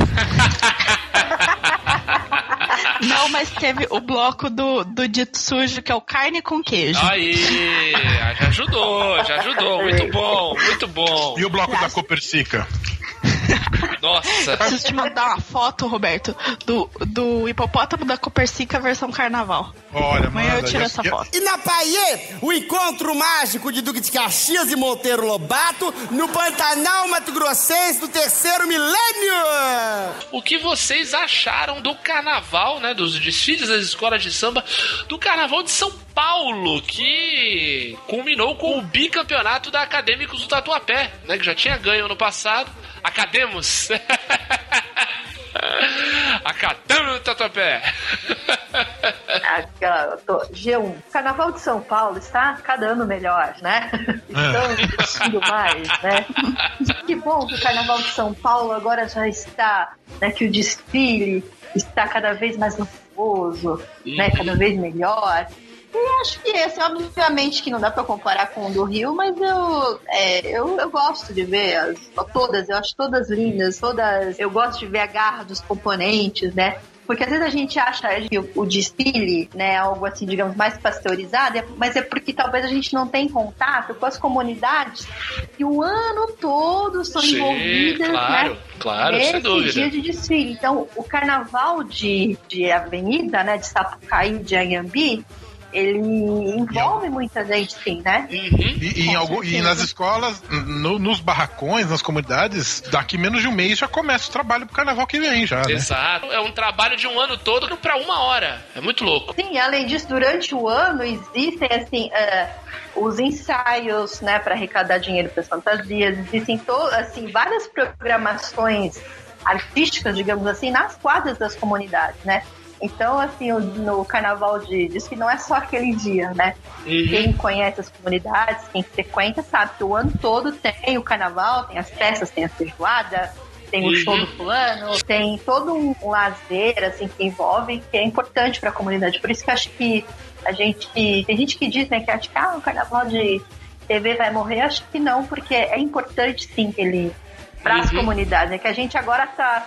Não, mas teve o bloco do, do dito sujo, que é o carne com queijo. Aí, já ajudou, já ajudou. Muito bom, muito bom. E o bloco da Copersica? Nossa. Preciso te mandar uma foto, Roberto, do, do hipopótamo da Copersica versão carnaval. Olha, Amanhã eu manda, tiro e- essa e- foto. E na Paiê, o encontro mágico de Duque de Caxias e Monteiro Lobato no Pantanal Mato Grossense do terceiro milênio. O que vocês acharam do carnaval, né? Dos desfiles das escolas de samba, do carnaval de São Paulo, que culminou com o bicampeonato da Acadêmicos do Tatuapé, né? Que já tinha ganho ano passado. Academos! Acadêmicos do Tatuapé! Aquela, tô, G um. Carnaval de São Paulo está cada ano melhor, né? Estamos vestindo mais, né? Que bom que o Carnaval de São Paulo agora já está, né? Que o desfile está cada vez mais luxuoso, né? Cada vez melhor. E acho que esse, obviamente, que não dá pra comparar com o do Rio, mas eu, é, eu, eu gosto de ver as, todas, eu acho todas lindas, todas. Eu gosto de ver a garra dos componentes, né? Porque às vezes a gente acha que o, o desfile, né, é algo assim, digamos, mais pasteurizado, é- mas é porque talvez a gente não tenha contato com as comunidades que o ano todo são Sim, envolvidas, claro, né, claro, sem nesse dúvida. dia de desfile. Então, o carnaval de, de avenida, né, de Sapucaí, de Anhembi, ele envolve muita gente, sim, né? Uhum. E, e em Com algum- e certeza. nas escolas, no- nos barracões, nas comunidades, daqui menos de um mês já começa o trabalho pro carnaval que vem já, né? Exato. É um trabalho de um ano todo pra uma hora. É muito louco. Sim, além disso, durante o ano existem assim eh, os ensaios, né, para arrecadar dinheiro para as fantasias, existem to- assim várias programações artísticas, digamos assim, nas quadras das comunidades, né? Então, assim, o- no carnaval de diz que não é só aquele dia, né? Uhum. Quem conhece as comunidades, quem frequenta, sabe que o ano todo tem o carnaval, tem as festas, tem a feijoada, tem o Uhum. show do fulano, tem todo um lazer, assim, que envolve, que é importante para a comunidade. Por isso que eu acho que a gente... Tem gente que diz, né, que acha que ah, o carnaval de T V vai morrer. Eu acho que não, porque é importante, sim, que ele... Para as Uhum. comunidades, né? Que a gente agora tá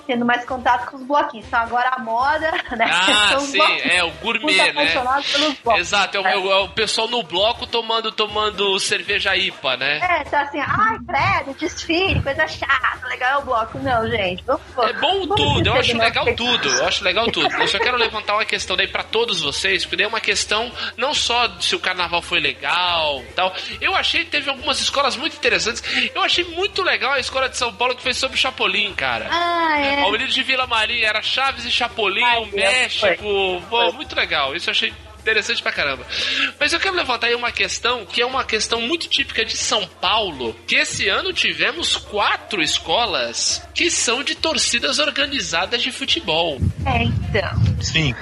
tendo mais contato com os bloquinhos. Então agora a moda, né? Ah, são os sim, bloquinhos. é o gourmet, Muito né? apaixonado pelos blocos. Exato, é o, É. é o- é o pessoal no bloco tomando, tomando cerveja I P A, né? É, tá assim, ai, credo, desfile, coisa chata, legal é o bloco. Não, gente, vamos, É bom vamos tudo, eu viver acho do legal nosso tudo, eu acho legal tudo. Eu só quero levantar uma questão daí pra todos vocês, porque daí é uma questão não só de se o carnaval foi legal e tal. Eu achei que teve algumas escolas muito interessantes. Eu achei muito legal a escola de São Paulo que fez sobre Chapolin, cara. Ah, é. O menino de Vila Maria era Chaves e Chapolin, Ai, o México. foi. Pô, Foi. muito legal. Isso eu achei interessante pra caramba. Mas eu quero levantar aí uma questão que é uma questão muito típica de São Paulo, que esse ano tivemos quatro escolas que são de torcidas organizadas de futebol. É, então. Sim.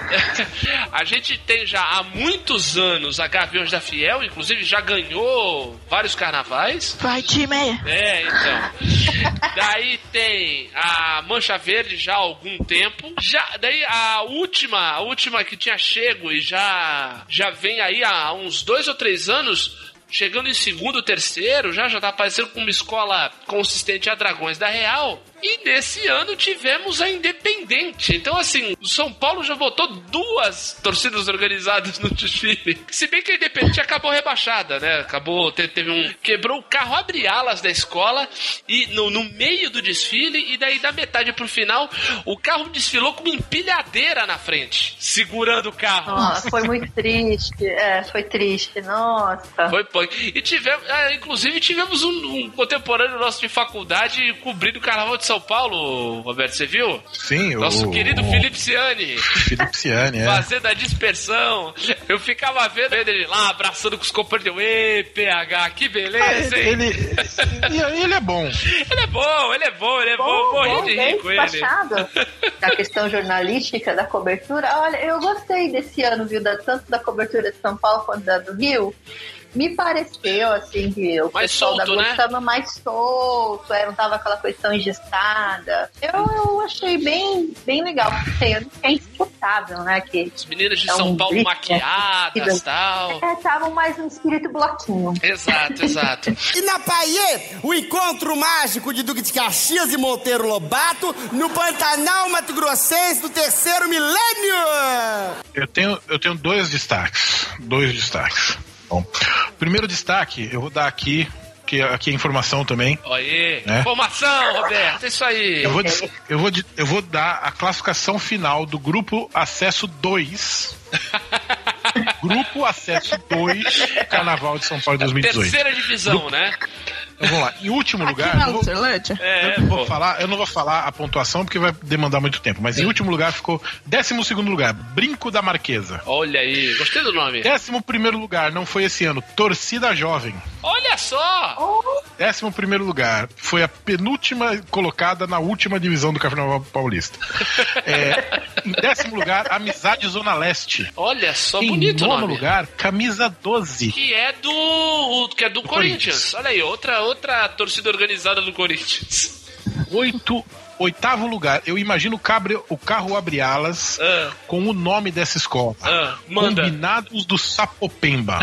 A gente tem já há muitos anos a Gaviões da Fiel, inclusive já ganhou vários carnavais. Vai, time! É, então. Daí tem a Mancha Verde já há algum tempo. Já, daí a última, a última que tinha chego e já já vem aí há uns dois ou três anos, chegando em segundo, terceiro, já já tá aparecendo com uma escola consistente a Dragões da Real. E nesse ano tivemos a Independente. Então, assim, o São Paulo já botou duas torcidas organizadas no desfile. Se bem que a Independente acabou rebaixada, né? Acabou, te- teve um... Quebrou o carro, abre alas da escola e no, no meio do desfile, e daí da metade pro final, o carro desfilou com uma empilhadeira na frente, segurando o carro. Nossa, foi muito triste. É, foi triste, nossa. Foi punk. E tivemos, ah, inclusive tivemos um, um contemporâneo nosso de faculdade cobrindo o Carnaval de São Paulo, Roberto, você viu? Sim, Nosso o, querido o Felipe Ciani. Felipe Ciani, é. Fazendo a dispersão. Eu ficava vendo ele lá, abraçando com os companheiros. Ê, P H, que Ah, beleza, ele, hein? ele, e ele é bom. Ele é bom, ele é bom, ele é bom. Bom, Morri bom, de bem rir com ele. despachado. Da questão jornalística, da cobertura. Olha, eu gostei desse ano, viu? Da, tanto da cobertura de São Paulo quanto da do Rio. Me pareceu, assim, que o Mais pessoal da solto, Globo né? estava mais solto, é, não tava aquela coisa tão engessada. Eu, eu achei bem, bem legal, porque tem ano que é insuportável, né? Que As meninas de é São um Paulo grito, maquiadas e tal. é, estavam mais no espírito bloquinho. Exato, exato. E na Paiê, o encontro mágico de Duque de Caxias e Monteiro Lobato no Pantanal Mato Grossense do terceiro milênio. Eu tenho, eu tenho dois destaques. Dois destaques. Bom, primeiro destaque, eu vou dar aqui, que aqui é informação também. Oiê. Né? Informação, Roberto, é isso aí. Eu vou, dis- eu, vou, di- eu vou dar a classificação final do Grupo Acesso dois. Grupo Acesso dois, Carnaval de São Paulo dois mil e dezoito. Terceira divisão, né? Então vamos lá. Em último lugar, Aqui eu na vou, Lucerlândia. É, eu, vou pô. falar, eu não vou falar a pontuação porque vai demandar muito tempo, mas em último lugar ficou décimo segundo lugar, Brinco da Marquesa. Olha aí, gostei do nome. Décimo primeiro lugar, não foi esse ano, Torcida Jovem. Olha só! Décimo primeiro lugar, foi a penúltima colocada na última divisão do Carnaval Paulista. É, em décimo lugar, Amizade Zona Leste. Olha só, Em bonito o nono nome. lugar, Camisa doze. Que é do. o- Que é do, Do Corinthians. Corinthians. Olha aí, outra, outra torcida organizada do Corinthians. Oito, oitavo lugar, eu imagino o, cabre, o carro abre alas Ah, com o nome dessa escola. ah, manda. Combinados do Sapopemba.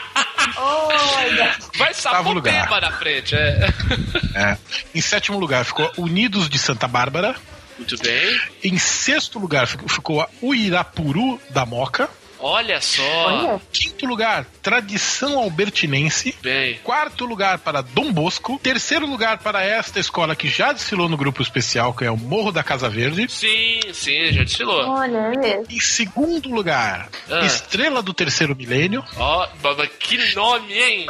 Olha, Vai Oitavo lugar. Sapopemba na frente, é. É. Em sétimo lugar ficou Unidos de Santa Bárbara. Muito bem. Em sexto lugar fic- ficou a Uirapuru da Moca. Olha só. olha. Quinto lugar, Tradição Albertinense. Bem. Quarto lugar para Dom Bosco. Terceiro lugar para esta escola que já desfilou no grupo especial, que é o Morro da Casa Verde. Sim, sim, já desfilou. Olha, é mesmo. Em segundo lugar, Ah. Estrela do Terceiro Milênio. Ó, baba, que nome, hein?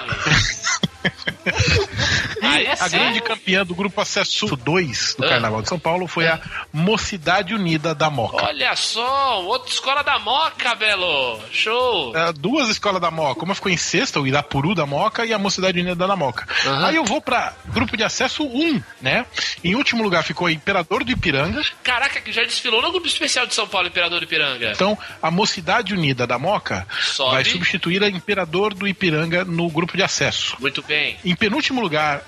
Aí A sim. grande campeã do grupo Acesso dois do Ah. Carnaval de São Paulo foi a Mocidade Unida da Moca. Olha só, outra escola da Moca, Belo. Show. Uh, duas escolas da Moca. Uma ficou em sexta, o Irapuru da Moca, e a Mocidade Unida da Moca. Aham. Aí eu vou pra grupo de acesso um, né? Em último lugar ficou a Imperador do Ipiranga. Caraca, que já desfilou no grupo especial de São Paulo, Imperador do Ipiranga. Então, a Mocidade Unida da Moca Sobe. vai substituir a Imperador do Ipiranga no grupo de acesso. Muito bem. Em penúltimo lugar,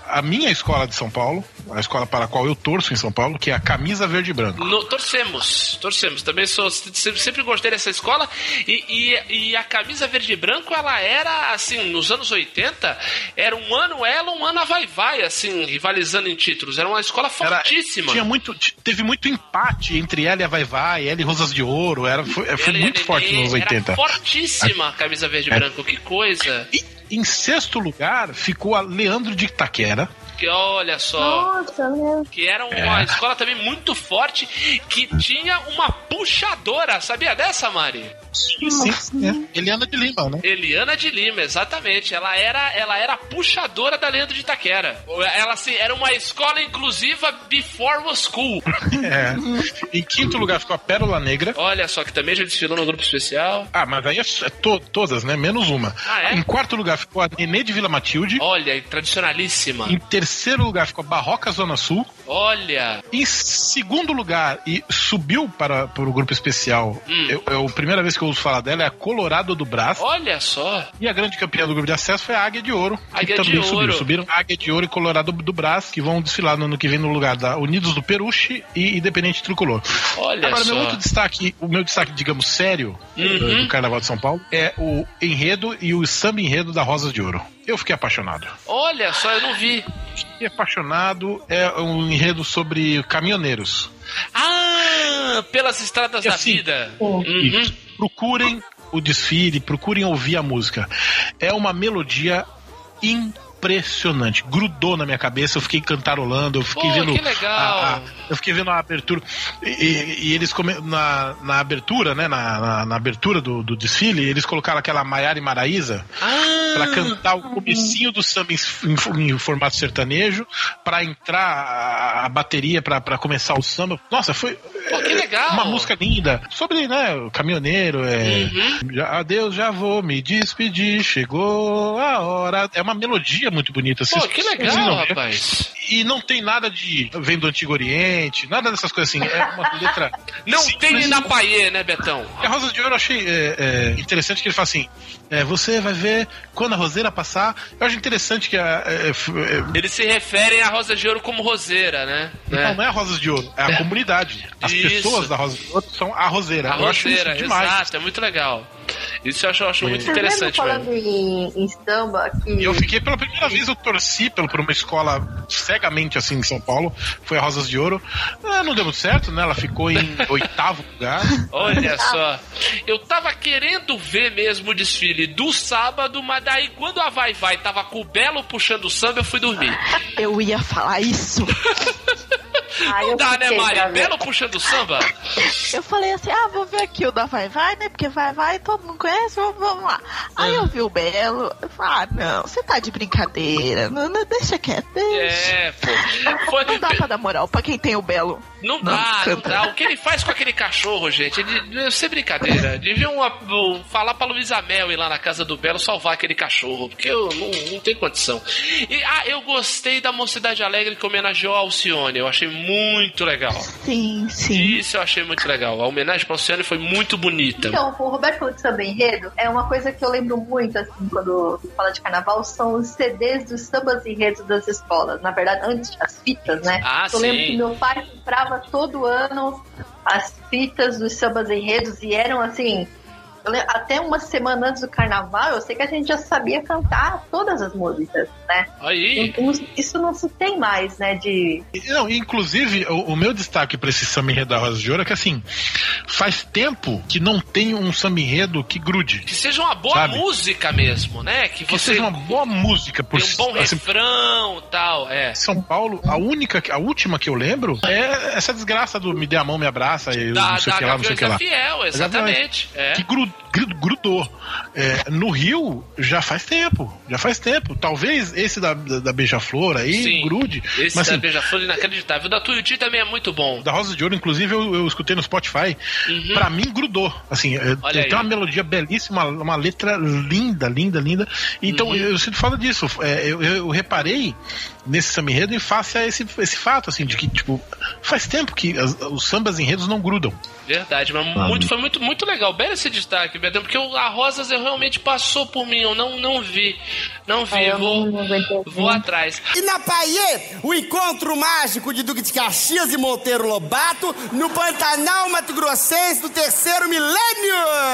a minha escola de São Paulo, a escola para a qual eu torço em São Paulo, que é a Camisa Verde e Branco. No, torcemos, torcemos. Também sou, sempre, sempre gostei dessa escola. E, e, e a Camisa Verde e Branco, ela era, assim, nos anos oitenta, era um ano ela, um ano a vai-vai, assim, rivalizando em títulos. Era uma escola fortíssima. Era, tinha muito, teve muito empate entre ela e a vai-vai, ela e Rosas de Ouro. Era, foi foi muito Nenê, forte nos oitenta. Era fortíssima a Camisa Verde e Branco, que coisa. E em sexto lugar ficou a Leandro de Itaquera. Que olha só, Nossa, meu. que era uma É. escola também muito forte, que tinha uma puxadora, sabia dessa, Mari? Sim, sim. É. Eliana de Lima, né? Eliana de Lima, exatamente. Ela era, ela era a puxadora da Leandro de Itaquera. Ela, assim, era uma escola inclusiva before was cool. É. Em quinto lugar ficou a Pérola Negra. Olha só, que também já desfilou no grupo especial. Ah, mas aí é, é to- todas, né? Menos uma. Ah, é? Em quarto lugar ficou a Nenê de Vila Matilde. Olha, tradicionalíssima. Em terceiro lugar ficou a Barroca Zona Sul. Olha. Em segundo lugar, e subiu para, para o grupo especial, Hum. eu, eu, a primeira vez que eu ouço falar dela é a Colorado do Brás. Olha só. E a grande campeã do grupo de acesso foi a Águia de Ouro, que Águia também de subiu. Ouro. Subiram Águia de Ouro e Colorado do Brás, que vão desfilar no ano que vem no lugar da Unidos do Peruche e Independente Tricolor. Olha Agora, só. meu outro destaque, o meu destaque, digamos, sério Uhum. do, do Carnaval de São Paulo é o enredo e o samba enredo da Rosas de Ouro. Eu fiquei apaixonado. Olha só, eu não vi. Fiquei apaixonado, é um enredo sobre caminhoneiros. Ah, pelas estradas E da assim, vida. Sim. Uhum. E procurem o desfile, procurem ouvir a música. É uma melodia impressionante. Grudou na minha cabeça, eu fiquei cantarolando, eu fiquei Pô, vendo. que legal. A, a, eu fiquei vendo a abertura. E, e- e eles come, na, na abertura, né? Na, na, na abertura do, do desfile, eles colocaram aquela Maiara e Maraísa Ah, pra cantar o comecinho do samba em, em, em formato sertanejo, pra entrar a, a bateria pra, pra começar o samba. Nossa, foi Pô, que legal. uma música linda sobre, né, o caminhoneiro. É, Uhum. já, adeus, já vou me despedir, chegou a hora. É uma melodia muito bonita. Pô, vocês que precisam legal, ver. rapaz. E não tem nada de vem do Antigo Oriente, nada dessas coisas assim. É uma letra. Não simples. tem na Paie, né, Betão? E a Rosa de Ouro eu achei é, é, interessante que ele fala assim: é, você vai ver quando a roseira passar. Eu acho interessante que a. É, é, Eles se referem à Rosa de Ouro como roseira, né? não, não é a Rosas de Ouro, é a comunidade. As Isso. pessoas da Rosa de Ouro são a roseira. A eu acho roseira, isso demais. exato, é muito legal. Isso eu acho, eu acho muito Vocês lembram interessante falando mesmo. em, em samba que E eu fiquei, pela primeira vez, eu torci pelo, por uma escola cegamente assim em São Paulo. Foi a Rosas de Ouro. Ah, não deu muito certo, né? Ela ficou em oitavo lugar. Olha só, eu tava querendo ver mesmo o desfile do sábado, mas daí quando a Vai Vai tava com o Belo puxando o samba, eu fui dormir. Eu ia falar isso. Ah, Não eu dá, né, fiquei Mari? pra ver. Belo puxando o samba? Eu falei assim, ah, vou ver aqui o da Vai Vai, né? Porque Vai Vai todo mundo conhece, vamos, vamos lá. Aí eu vi o Belo, eu falei, ah, não, você tá de brincadeira, não, não, deixa quieto, deixa. É, pô. Foi, Não dá pra dar moral pra quem tem o Belo. Não dá, não canta. dá. O que ele faz com aquele cachorro, gente, ele, sem brincadeira. Deviam ah, falar pra Luísa Mel ir lá na casa do Belo salvar aquele cachorro, porque eu não, não tenho condição. E, ah, eu gostei da Mocidade Alegre que homenageou a Alcione, eu achei muito legal. Sim, sim. Isso eu achei muito legal. A homenagem pra Alcione foi muito bonita. Então, o Roberto falou de samba enredo, é uma coisa que eu lembro muito, assim, quando fala de carnaval, são os C Ds dos sambas enredos das escolas. Na verdade, antes, as fitas, né? Ah, eu lembro sim. que meu pai comprava todo ano as fitas dos sambas enredos e eram, assim, eu lembro, até uma semana antes do carnaval, eu sei que a gente já sabia cantar todas as músicas, né? Aí. Então, isso não se tem mais, né? De Não, inclusive, o, o meu destaque pra esse samba enredo da Rosa de Ouro é que, assim, faz tempo que não tem um samba enredo que grude. Que seja uma boa Sabe? música mesmo, né? Que Que você seja uma boa música. Por, tem um bom assim, refrão e tal, é. São Paulo, a única, a última que eu lembro é essa desgraça do me dê a mão, me abraça e Da, não sei o da que lá, não sei o Gaviões que da lá. Fiel, exatamente. É. Que gru- gru- grudou. É, no Rio, já faz tempo. Já faz tempo. Talvez esse da, da, da Beija-Flor aí Sim. grude. Esse mas da assim, Beija-Flor é inacreditável. O da Tuiuti também é muito bom. da Rosa de Ouro, inclusive, eu, eu escutei no Spotify. Uhum. Pra mim, grudou. Assim, é, Olha tem aí. uma melodia belíssima, uma, uma letra linda, linda, linda. Então, Uhum. eu sinto falta disso. É, eu, eu reparei nesse samba enredo em face a esse, esse fato, assim, de que, tipo, faz tempo que as- os sambas enredos não grudam. Verdade, mas muito, foi muito, muito legal. Belo esse destaque aqui, Betão, porque o, a Rosas eu realmente passou por mim, eu não, não vi. Não vi, Ah, eu vou, não aguentei. vou atrás. E na Paiê, o encontro mágico de Duque de Caxias e Monteiro Lobato no Pantanal Mato Grossense do terceiro milênio.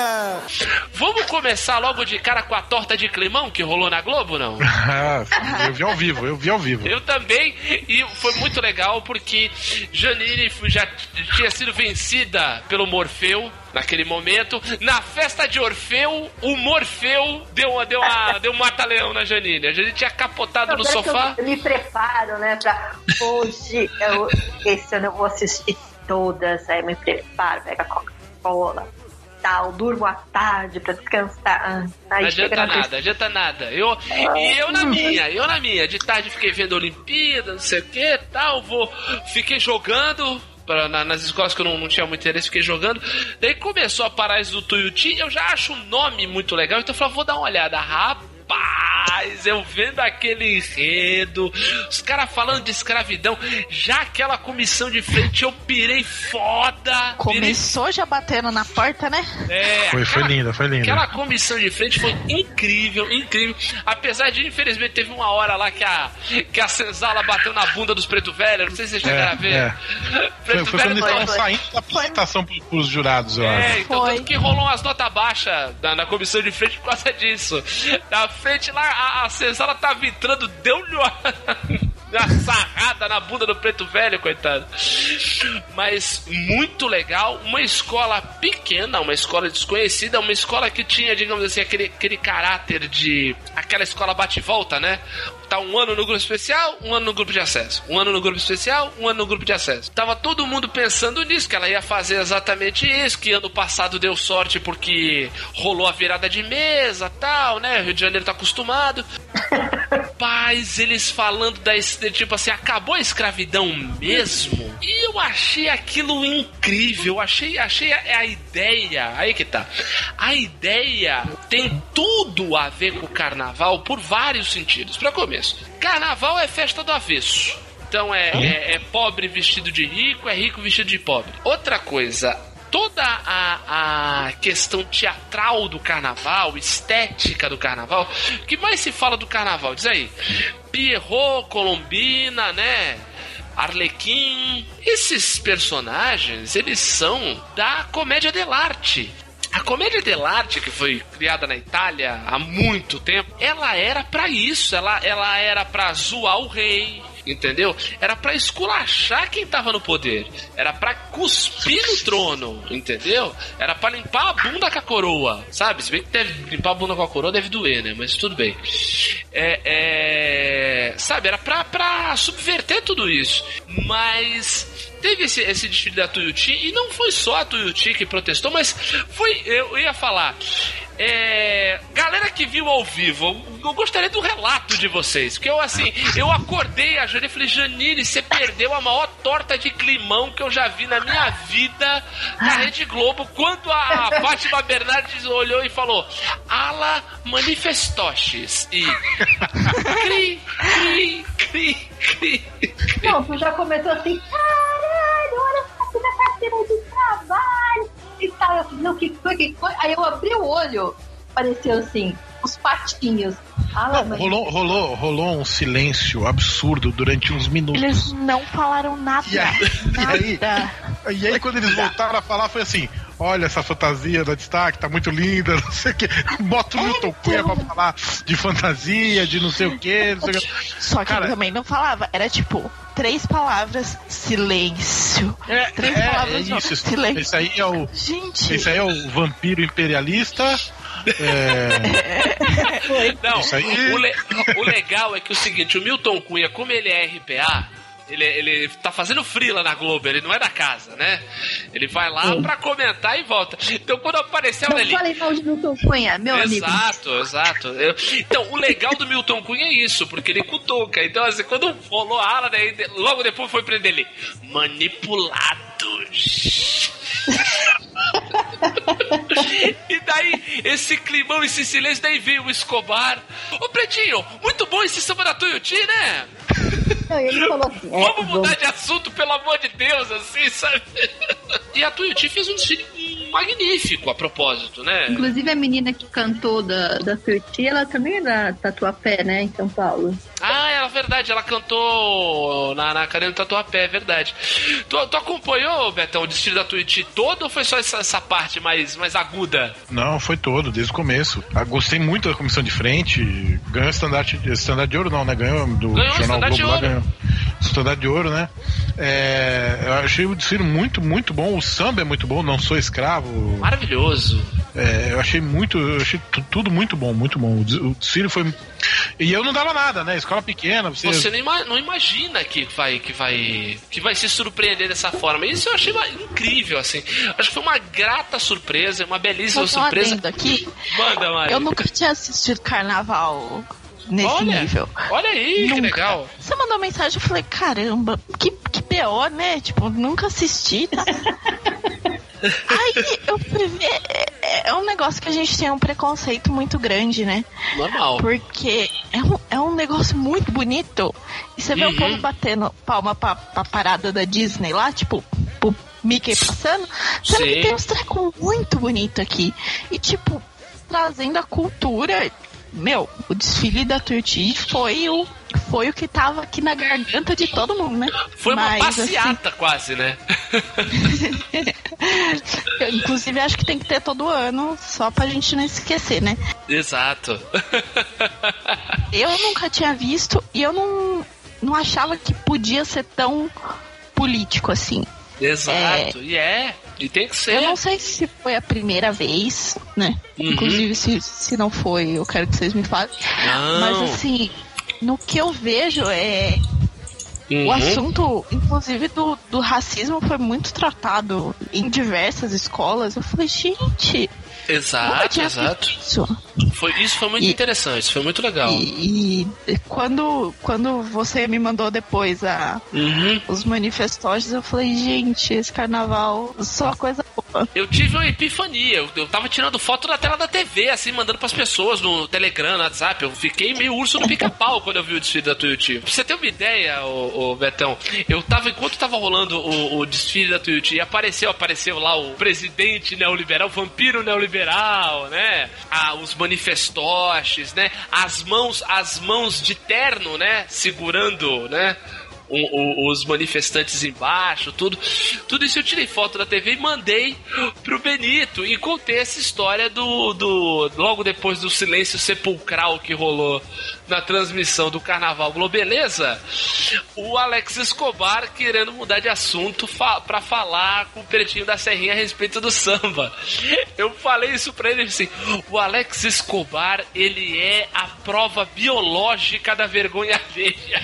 Vamos começar logo de cara com a torta de climão que rolou na Globo, não? eu vi ao vivo, eu vi ao vivo. Eu também, e foi muito legal porque Janine já tinha sido vencida pelo Morfeu naquele momento. Na festa de Orfeu, o Morfeu deu, uma, deu, uma, deu um mata-leão na Janine. A Janine tinha capotado Não, no pera que sofá. Eu, eu me preparo, né, pra hoje, eu, esse ano eu vou assistir todas, aí eu me preparo, pega a Coca-Cola, tal, durmo à tarde pra descansar. Aí Não chega adianta na nada, adianta nada. Eu, e eu na minha, eu na minha. De tarde fiquei vendo a Olimpíada, não sei o que, tal, vou, fiquei jogando. Pra, na, nas escolas que eu não, não tinha muito interesse, fiquei jogando. Daí começou a parar isso do Tuiuti. Eu já acho o nome muito legal, então eu falei, vou dar uma olhada. Rapaz, eu vendo aquele enredo, os caras falando de escravidão, já aquela comissão de frente, eu pirei foda. Começou pirei... já batendo na porta, né? É, Foi, aquela, foi linda, foi linda. Aquela comissão de frente foi incrível, incrível. Apesar de, infelizmente, teve uma hora lá que a, que a senzala bateu na bunda dos preto velhos. Não sei se vocês chegaram É, a ver. é. Foi, foi quando eles foi, estavam foi. saindo da apresentação pros, pros jurados, eu É, acho. então Foi. tanto que rolou umas notas baixas na, na comissão de frente por causa disso. Na frente lá, a, a senzala tava entrando, deu-lhe uma, uma sarrada na bunda do preto velho, coitado. Mas muito legal, uma escola pequena, uma escola desconhecida, uma escola que tinha, digamos assim, aquele, aquele caráter de... aquela escola bate e volta, né? Tá um ano no grupo especial, um ano no grupo de acesso. Um ano no grupo especial, um ano no grupo de acesso. Tava todo mundo pensando nisso, que ela ia fazer exatamente isso, que ano passado deu sorte porque rolou a virada de mesa, tal, né? Rio de Janeiro tá acostumado. Paz, eles falando da, tipo assim, acabou a escravidão mesmo? E eu achei aquilo incrível, eu achei, achei a, a ideia, aí que tá. A ideia tem tudo a ver com o carnaval por vários sentidos. Pra começo, carnaval é festa do avesso. Então é, é, é pobre vestido de rico, é rico vestido de pobre. Outra coisa, toda a, a questão teatral do carnaval, estética do carnaval, o que mais se fala do carnaval? Diz aí, Pierrot, Colombina, né? Arlequim. Esses personagens, eles são da comédia dell'arte. A comédia dell'arte, que foi criada na Itália há muito tempo, ela era pra isso, ela, ela era pra zoar o rei, entendeu? Era pra esculachar quem tava no poder, era pra cuspir no trono, entendeu? Era pra limpar a bunda com a coroa, sabe? Se bem que deve, limpar a bunda com a coroa deve doer, né? Mas tudo bem. É, é, sabe, era pra, pra subverter tudo isso. Mas... teve esse, esse desfile da Tuiuti, e não foi só a Tuiuti que protestou, mas foi, eu ia falar, é, galera que viu ao vivo, eu gostaria do relato de vocês, porque eu assim, eu acordei a Janine e falei, Janine, você perdeu a maior torta de climão que eu já vi na minha vida na Rede Globo, quando a Fátima Bernardes olhou e falou, ala manifestoches, e cri, cri, cri, cri, cri. Não, tu já começou assim, caralho, olha só na carteira de trabalho e tal. Eu falei, não, que foi, que foi? Aí eu abri o olho, pareceu assim, os patinhos. Ah, Não, rolou, rolou, rolou um silêncio absurdo durante uns minutos. Eles não falaram nada. E aí, e Nada. aí, e aí quando eles voltaram a falar, foi assim: olha essa fantasia da destaque, tá muito linda, não sei o que. Bota o Milton Cunha pra falar de fantasia, de não sei o que, não sei o que. Só que Cara, ele também não falava. Era tipo, três palavras, silêncio. É, Três é, palavras, é não, isso. silêncio. Esse aí é o. Gente. Esse aí é o vampiro imperialista. É... Não, Isso aí. o, le- o legal é que o seguinte, o Milton Cunha, como ele é R P A, ele, ele tá fazendo freela na Globo, ele não é da casa, né? Ele vai lá Sim. pra comentar e volta. Então quando apareceu Não ele... falei mal de Milton Cunha, meu amigo. Exato, exato. Eu- Então, o legal do Milton Cunha é isso, porque ele cutuca. Então, assim, quando rolou a ala, né, de- logo depois foi prender ele. Manipulados. E daí, esse climão, esse silêncio, daí veio o Escobar. Ô, Pretinho, muito bom esse samba da Tuiuti, né? Não, e ele falou assim, é, Vamos mudar de assunto, pelo amor de Deus, assim, sabe? E a Tuiuti fez um desfile magnífico a propósito, né? Inclusive a menina que cantou da, da Tuiuti, ela também é da Tatuapé, né, em São Paulo. Ah, é verdade, ela cantou na, na Academia do Tatuapé, é verdade. Tu, tu acompanhou, Betão, o desfile da Tuiuti todo ou foi só essa, essa parte mais, mais aguda? Não, foi todo, desde o começo. Ah, gostei muito da comissão de frente, ganhou estandarte, estandarte de ouro não, né? Ganhou do ganhou Jornal Globo de lá, ouro. ganhou estandarte de ouro, né? É, eu achei o desfile muito, muito bom, o samba é muito bom, Não Sou Escravo. Maravilhoso. É, eu achei muito, eu achei tu- tudo muito bom, muito bom. O des- o desfile foi... E eu não dava nada, né? Escola pequena, você... Você não, ima- não imagina que vai, que, vai, que vai se surpreender dessa forma. Isso eu achei uma- incrível, assim. Acho que foi uma grata surpresa, uma belíssima Só um surpresa. adendo aqui. Manda, Mari. Eu nunca tinha assistido carnaval nesse olha, nível. Olha aí, Nunca. que legal. Você mandou mensagem, eu falei, caramba, que, que B O, né? Tipo, nunca assisti, tá? Aí eu fui ver, é, é um negócio que a gente tem um preconceito muito grande, né? Normal. Porque é um, é um negócio muito bonito. E você vê Uhum. o povo batendo palma pra, pra parada da Disney lá, tipo, pro Mickey passando. Sendo Sim. que tem uns trecos muito bonito aqui. E tipo, trazendo a cultura. Meu, o desfile da Tuiuti foi o, foi o que tava aqui na garganta de todo mundo, né? Foi uma Mas, passeata quase, né? Eu, inclusive, acho que tem que ter todo ano, só pra gente não esquecer, né? Exato. Eu nunca tinha visto e eu não, não achava que podia ser tão político assim. Exato. E é. E tem que ser. Eu não sei se foi a primeira vez, né? Uhum. Inclusive, se, se não foi, eu quero que vocês me falem. Não. Mas assim, no que eu vejo é... Uhum. O assunto, inclusive, do, do racismo foi muito tratado em diversas escolas. Eu falei, gente, nunca Exato, tinha exato. visto isso. Foi, isso foi muito E- interessante, foi muito legal. E, e quando, quando você me mandou depois a, Uhum. os manifestosos, eu falei, gente, esse carnaval só coisa boa. Eu tive uma epifania, eu, eu tava tirando foto da tela da T V, assim, mandando pras pessoas no Telegram, no WhatsApp. Eu fiquei meio urso no pica-pau quando eu vi o desfile da Tuiuti. Pra você ter uma ideia, ô, ô Betão, eu tava, enquanto tava rolando o, o desfile da Tuiuti, apareceu, apareceu lá o presidente neoliberal, o vampiro neoliberal, né? Ah, os manifestoches, né? As mãos, as mãos de terno, né? Segurando, né? O, o, os manifestantes embaixo, tudo. Tudo isso eu tirei foto da T V e mandei pro Benito e contei essa história do, do logo depois do silêncio sepulcral que rolou na transmissão do Carnaval Globeleza. O Alex Escobar querendo mudar de assunto fa pra falar com o Pretinho da Serrinha a respeito do samba. Eu falei isso pra ele assim: o Alex Escobar, ele é a prova biológica da vergonha alheia.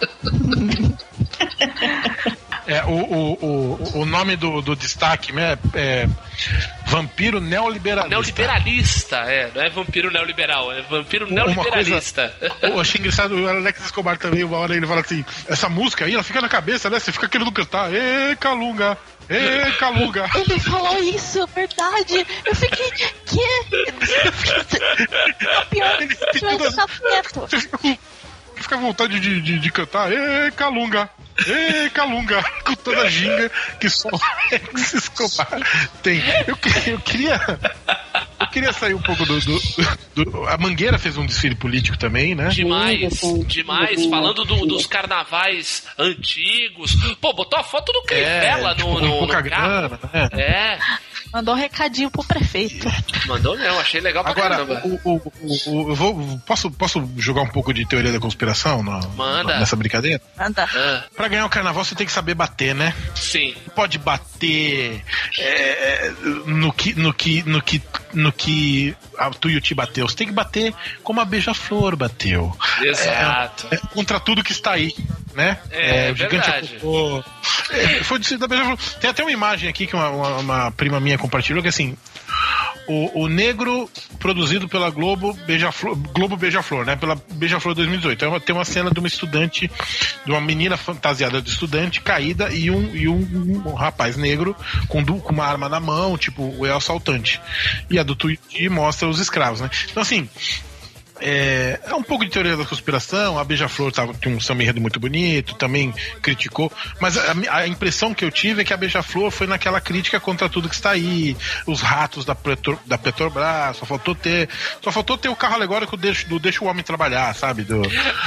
É, o, o, o, o nome do, do destaque né, é Vampiro Neoliberalista. Neoliberalista, é, não é vampiro neoliberal, é vampiro Uma neoliberalista. Eu achei engraçado o Alex Escobar também, uma hora ele fala assim, essa música aí, ela fica na cabeça, né? Você fica querendo cantar, ê, Calunga, ê, Calunga. Ele falou isso, verdade. Eu fiquei, que? Pior, Ele se tem tivesse todas- ficado quieto. Você fica com, fica com vontade de, de, de cantar, ê, Calunga, ê, Calunga, com toda a ginga que só o Alex Escobar tem. Eu, que- eu queria... Eu queria sair um pouco do, do, do- A Mangueira fez um desfile político também, né? Demais, Sim, demais. sim, Falando do- sim. dos carnavais antigos. Pô, botou a foto do Crivella tipo, no, com no, pouca no carro. grana, né? É, Mandou um recadinho pro prefeito. mandou mesmo, achei legal pra Agora, caramba. o, o, o, o- eu vou, posso, posso jogar um pouco de teoria da conspiração na- Manda. nessa brincadeira? Anda. Ah, Pra ganhar o carnaval você tem que saber bater, né? sim. Pode bater é, no que no que no que no que a Tuiuti bateu. Você tem que bater como a Beija-Flor bateu. Exato. É, contra tudo que está aí, né? É, o gigante verdade. acordou. É, foi de- da Beija-Flor. Tem até uma imagem aqui que uma, uma, uma prima minha compartilhou que assim. O, o negro produzido pela Globo Beija-Flor, Globo Beija-Flor, né? Pela Beija-Flor dois mil e dezoito. Então, tem uma cena de uma estudante, de uma menina fantasiada de estudante caída e um, e um, um rapaz negro com, du- com uma arma na mão, tipo o assaltante. E a do Tuiuti mostra os escravos, né? Então, assim. é, é um pouco de teoria da conspiração. A Beija-Flor tava, tinha um samba enredo muito bonito, também criticou, mas a, a impressão que eu tive é que a Beija-Flor foi naquela crítica contra tudo que está aí, os ratos da, Petro, da Petrobras, só faltou ter só faltou ter o carro alegórico do Deixa, do deixa o Homem Trabalhar, sabe? Do,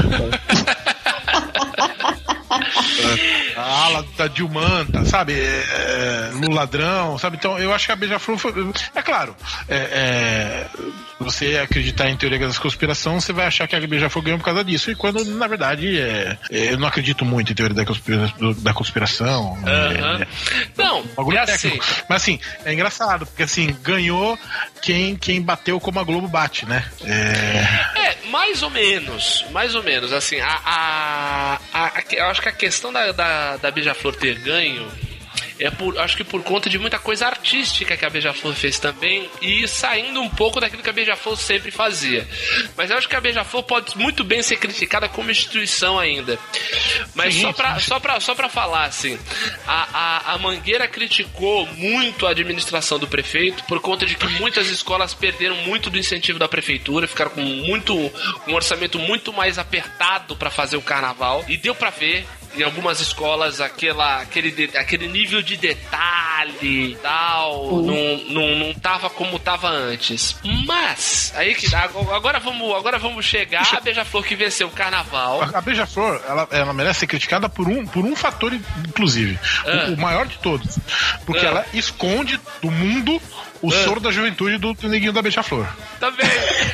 a ala da Dilmanta, sabe? É, no Ladrão, sabe? Então eu acho que a Beija-Flor foi... É claro, é, é, você acreditar em teoria da conspiração, você vai achar que a Beija-Flor ganhou por causa disso. E quando, na verdade, é, é, eu não acredito muito em teoria da, conspira, da conspiração. Uhum. É, não, é assim... Mas assim, é engraçado, porque assim, ganhou quem, quem bateu como a Globo bate, né? É... é, mais ou menos, mais ou menos, assim, a, a, a, a eu acho que a questão da, da, da Beija-Flor ter ganho é por, acho que por conta de muita coisa artística que a Beija-Flor fez também e saindo um pouco daquilo que a Beija-Flor sempre fazia. Mas eu acho que a Beija-Flor pode muito bem ser criticada como instituição ainda. Mas sim, só, pra, sim. Só, pra, só pra falar, assim, a, a, a Mangueira criticou muito a administração do prefeito por conta de que muitas escolas perderam muito do incentivo da prefeitura, ficaram com muito, um orçamento muito mais apertado pra fazer o carnaval, e deu pra ver em algumas escolas aquela, aquele, aquele nível de detalhe e tal, uhum. não, não, não tava como tava antes. Mas, aí que agora vamos, agora vamos chegar à Beija-Flor que venceu o carnaval. A, a Beija-Flor, ela, ela merece ser criticada por um, por um fator, inclusive. Ah. O, o maior de todos. Porque ah. ela esconde do mundo o ah. soro da juventude do, do neguinho da Beija-Flor. Também.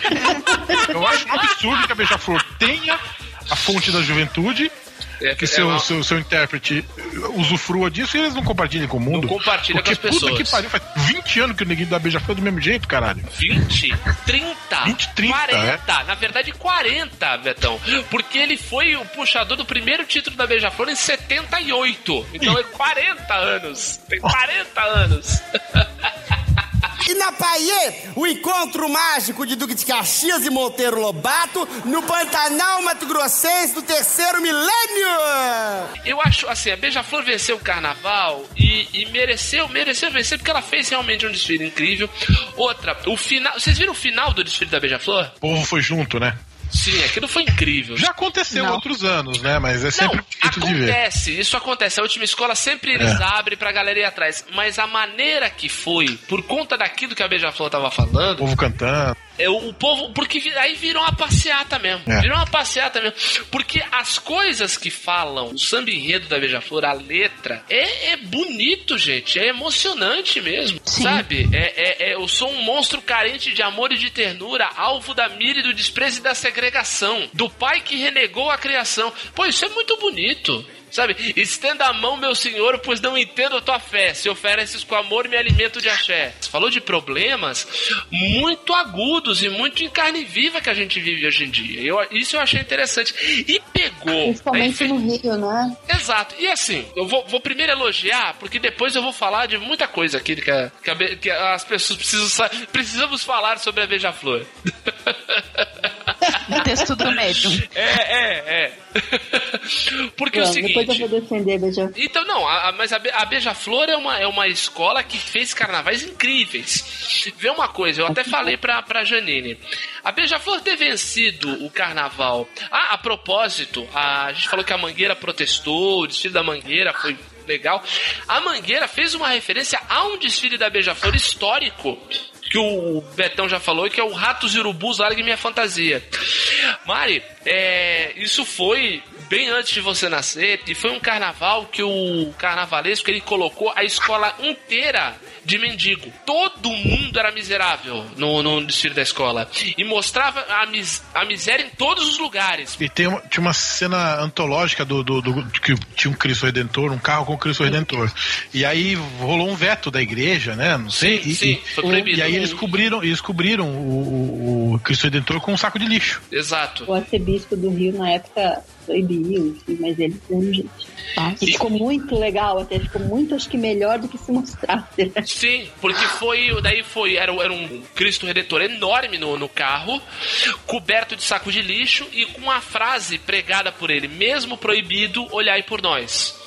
Eu acho um absurdo que a Beija-Flor tenha a fonte da juventude, é, que é seu, uma... seu, seu intérprete usufrua disso e eles não compartilhem com o mundo. Não compartilha com as pessoas. Puta que pariu, faz vinte anos que o neguinho da Beija-Flor é do mesmo jeito, caralho. vinte? trinta? vinte, trinta, quarenta, é? Na verdade quarenta, Betão. Porque ele foi o puxador do primeiro título da Beija-Flor em setenta e oito. Então Ih. é quarenta anos. Tem quarenta anos. E na Paiê, o encontro mágico de Duque de Caxias e Monteiro Lobato no Pantanal Mato Grossense do terceiro milênio. Eu acho, assim, a Beija-Flor venceu o carnaval e, e mereceu, mereceu vencer porque ela fez realmente um desfile incrível. Outra, o final... Vocês viram o final do desfile da Beija-Flor? O povo foi junto, né? Sim, aquilo foi incrível. Já aconteceu não. outros anos, né? Mas é sempre bonito de ver. Acontece, isso acontece. A última escola sempre eles é. abrem pra galera ir atrás. Mas a maneira que foi, por conta daquilo que a Beija-Flor tava falando... O povo cantando... É, o povo... Porque aí virou uma passeata mesmo. É. Virou uma passeata mesmo. Porque as coisas que falam, o samba enredo da Beija-Flor, a letra, é, é bonito, gente. É emocionante mesmo. Sim. Sabe? É, é, é, eu sou um monstro carente de amor e de ternura, alvo da mira e do desprezo e da segregação. Do pai que renegou a criação. Pô, isso é muito bonito. Sabe? Estenda a mão, meu senhor, pois não entendo a tua fé. Se ofereces com amor, me alimento de axé. Você falou de problemas muito agudos e muito em carne viva que a gente vive hoje em dia. Eu, isso eu achei interessante. E pegou... Principalmente no Rio, não é? Exato. E assim, eu vou, vou primeiro elogiar, porque depois eu vou falar de muita coisa aqui que, a, que, a, que as pessoas precisam... Precisamos falar sobre a Beija-Flor. No texto do médium. É, é, é. Porque é o seguinte... Depois eu vou defender a Beija-Flor. Então, não, a, a, mas a, a Beija-Flor é uma, é uma escola que fez carnavais incríveis. Vê uma coisa, eu até falei pra, pra Janine. A Beija-Flor ter vencido o carnaval... Ah, a propósito, a, a gente falou que a Mangueira protestou, o desfile da Mangueira foi... legal. A Mangueira fez uma referência a um desfile da Beija-Flor histórico que o Betão já falou, que é o Ratos e Urubus Largue Minha Fantasia. Mari, é, isso foi bem antes de você nascer, e foi um carnaval que o carnavalesco, ele colocou a escola inteira de mendigo. Todo mundo era miserável no, no desfile da escola. E mostrava a, mis, a miséria em todos os lugares. E tem uma, tinha uma cena antológica do, do, do, do que tinha um Cristo Redentor, um carro com o Cristo Redentor. E aí rolou um veto da igreja, né? Não sei. Sim, e, sim, foi proibido. E aí eles cobriram, eles cobriram o, o, o Cristo Redentor com um saco de lixo. Exato. O arcebispo do Rio, na época, proibiu, mas eles deram jeito. Tá? E ficou muito legal, até ficou muito, acho que melhor do que se mostrasse. Sim, porque foi, daí foi, era, era um Cristo Redentor enorme no, no carro, coberto de saco de lixo e com uma frase pregada por ele: mesmo proibido, olhai por nós.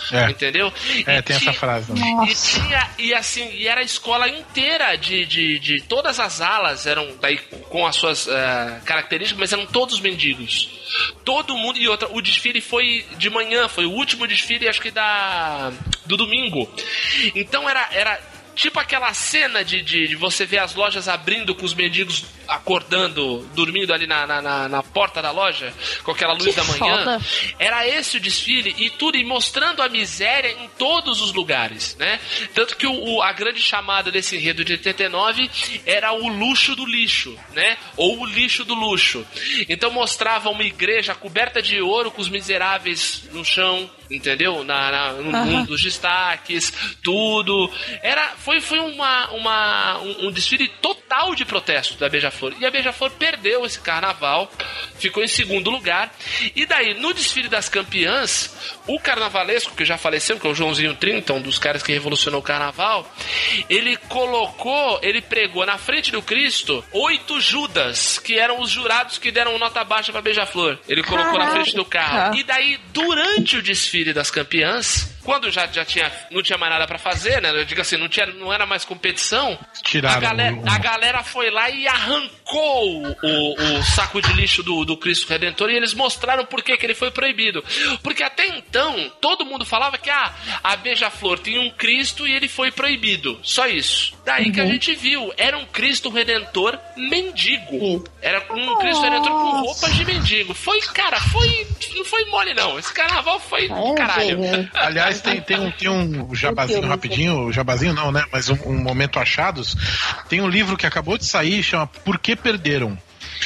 É. Entendeu? É, e tem tinha, essa frase também. E tinha, e assim, e era a escola inteira de, de, de todas as alas eram daí com as suas uh, características, mas eram todos mendigos. Todo mundo, e outra, o desfile foi de manhã, foi o último desfile, acho que da do domingo. Então era, era tipo aquela cena de, de, de você ver as lojas abrindo com os mendigos acordando, dormindo ali na, na, na, na porta da loja, com aquela luz Que da manhã. foda. Era esse o desfile e tudo, e mostrando a miséria em todos os lugares, né? Tanto que o, o, a grande chamada desse enredo de oitenta e nove era o luxo do lixo, né? Ou o lixo do luxo. Então mostrava uma igreja coberta de ouro com os miseráveis no chão, entendeu? Na, na, no, Aham. num dos destaques, tudo. Era, foi, foi uma, uma, um, um desfile total de protesto da Beija-Flor. E a Beija-Flor perdeu esse carnaval, ficou em segundo lugar. E daí, no desfile das campeãs, o carnavalesco, que já faleceu, que é o Joãozinho trinta, um dos caras que revolucionou o carnaval, ele colocou, ele pregou na frente do Cristo oito Judas, que eram os jurados que deram nota baixa pra Beija-Flor. Ele colocou na frente do carro. E daí, durante o desfile das campeãs, quando já, já tinha, não tinha mais nada pra fazer, né? Eu digo assim, não, tinha, não era mais competição. Tiraram a galera, o- a galera foi lá e arrancou o, o saco de lixo do, do Cristo Redentor e eles mostraram por que que ele foi proibido. Porque até então, todo mundo falava que ah, a Beija-Flor tinha um Cristo e ele foi proibido. Só isso. Daí que a gente viu, era um Cristo Redentor mendigo. Era um Cristo Redentor com roupas de mendigo. Foi, cara, foi... Não foi mole, não. Esse carnaval foi do caralho. Aliás, tem, tem, um, tem um jabazinho filme, rapidinho, jabazinho não, né? Mas um, um momento achados. Tem um livro que acabou de sair, chama Por que Perderam?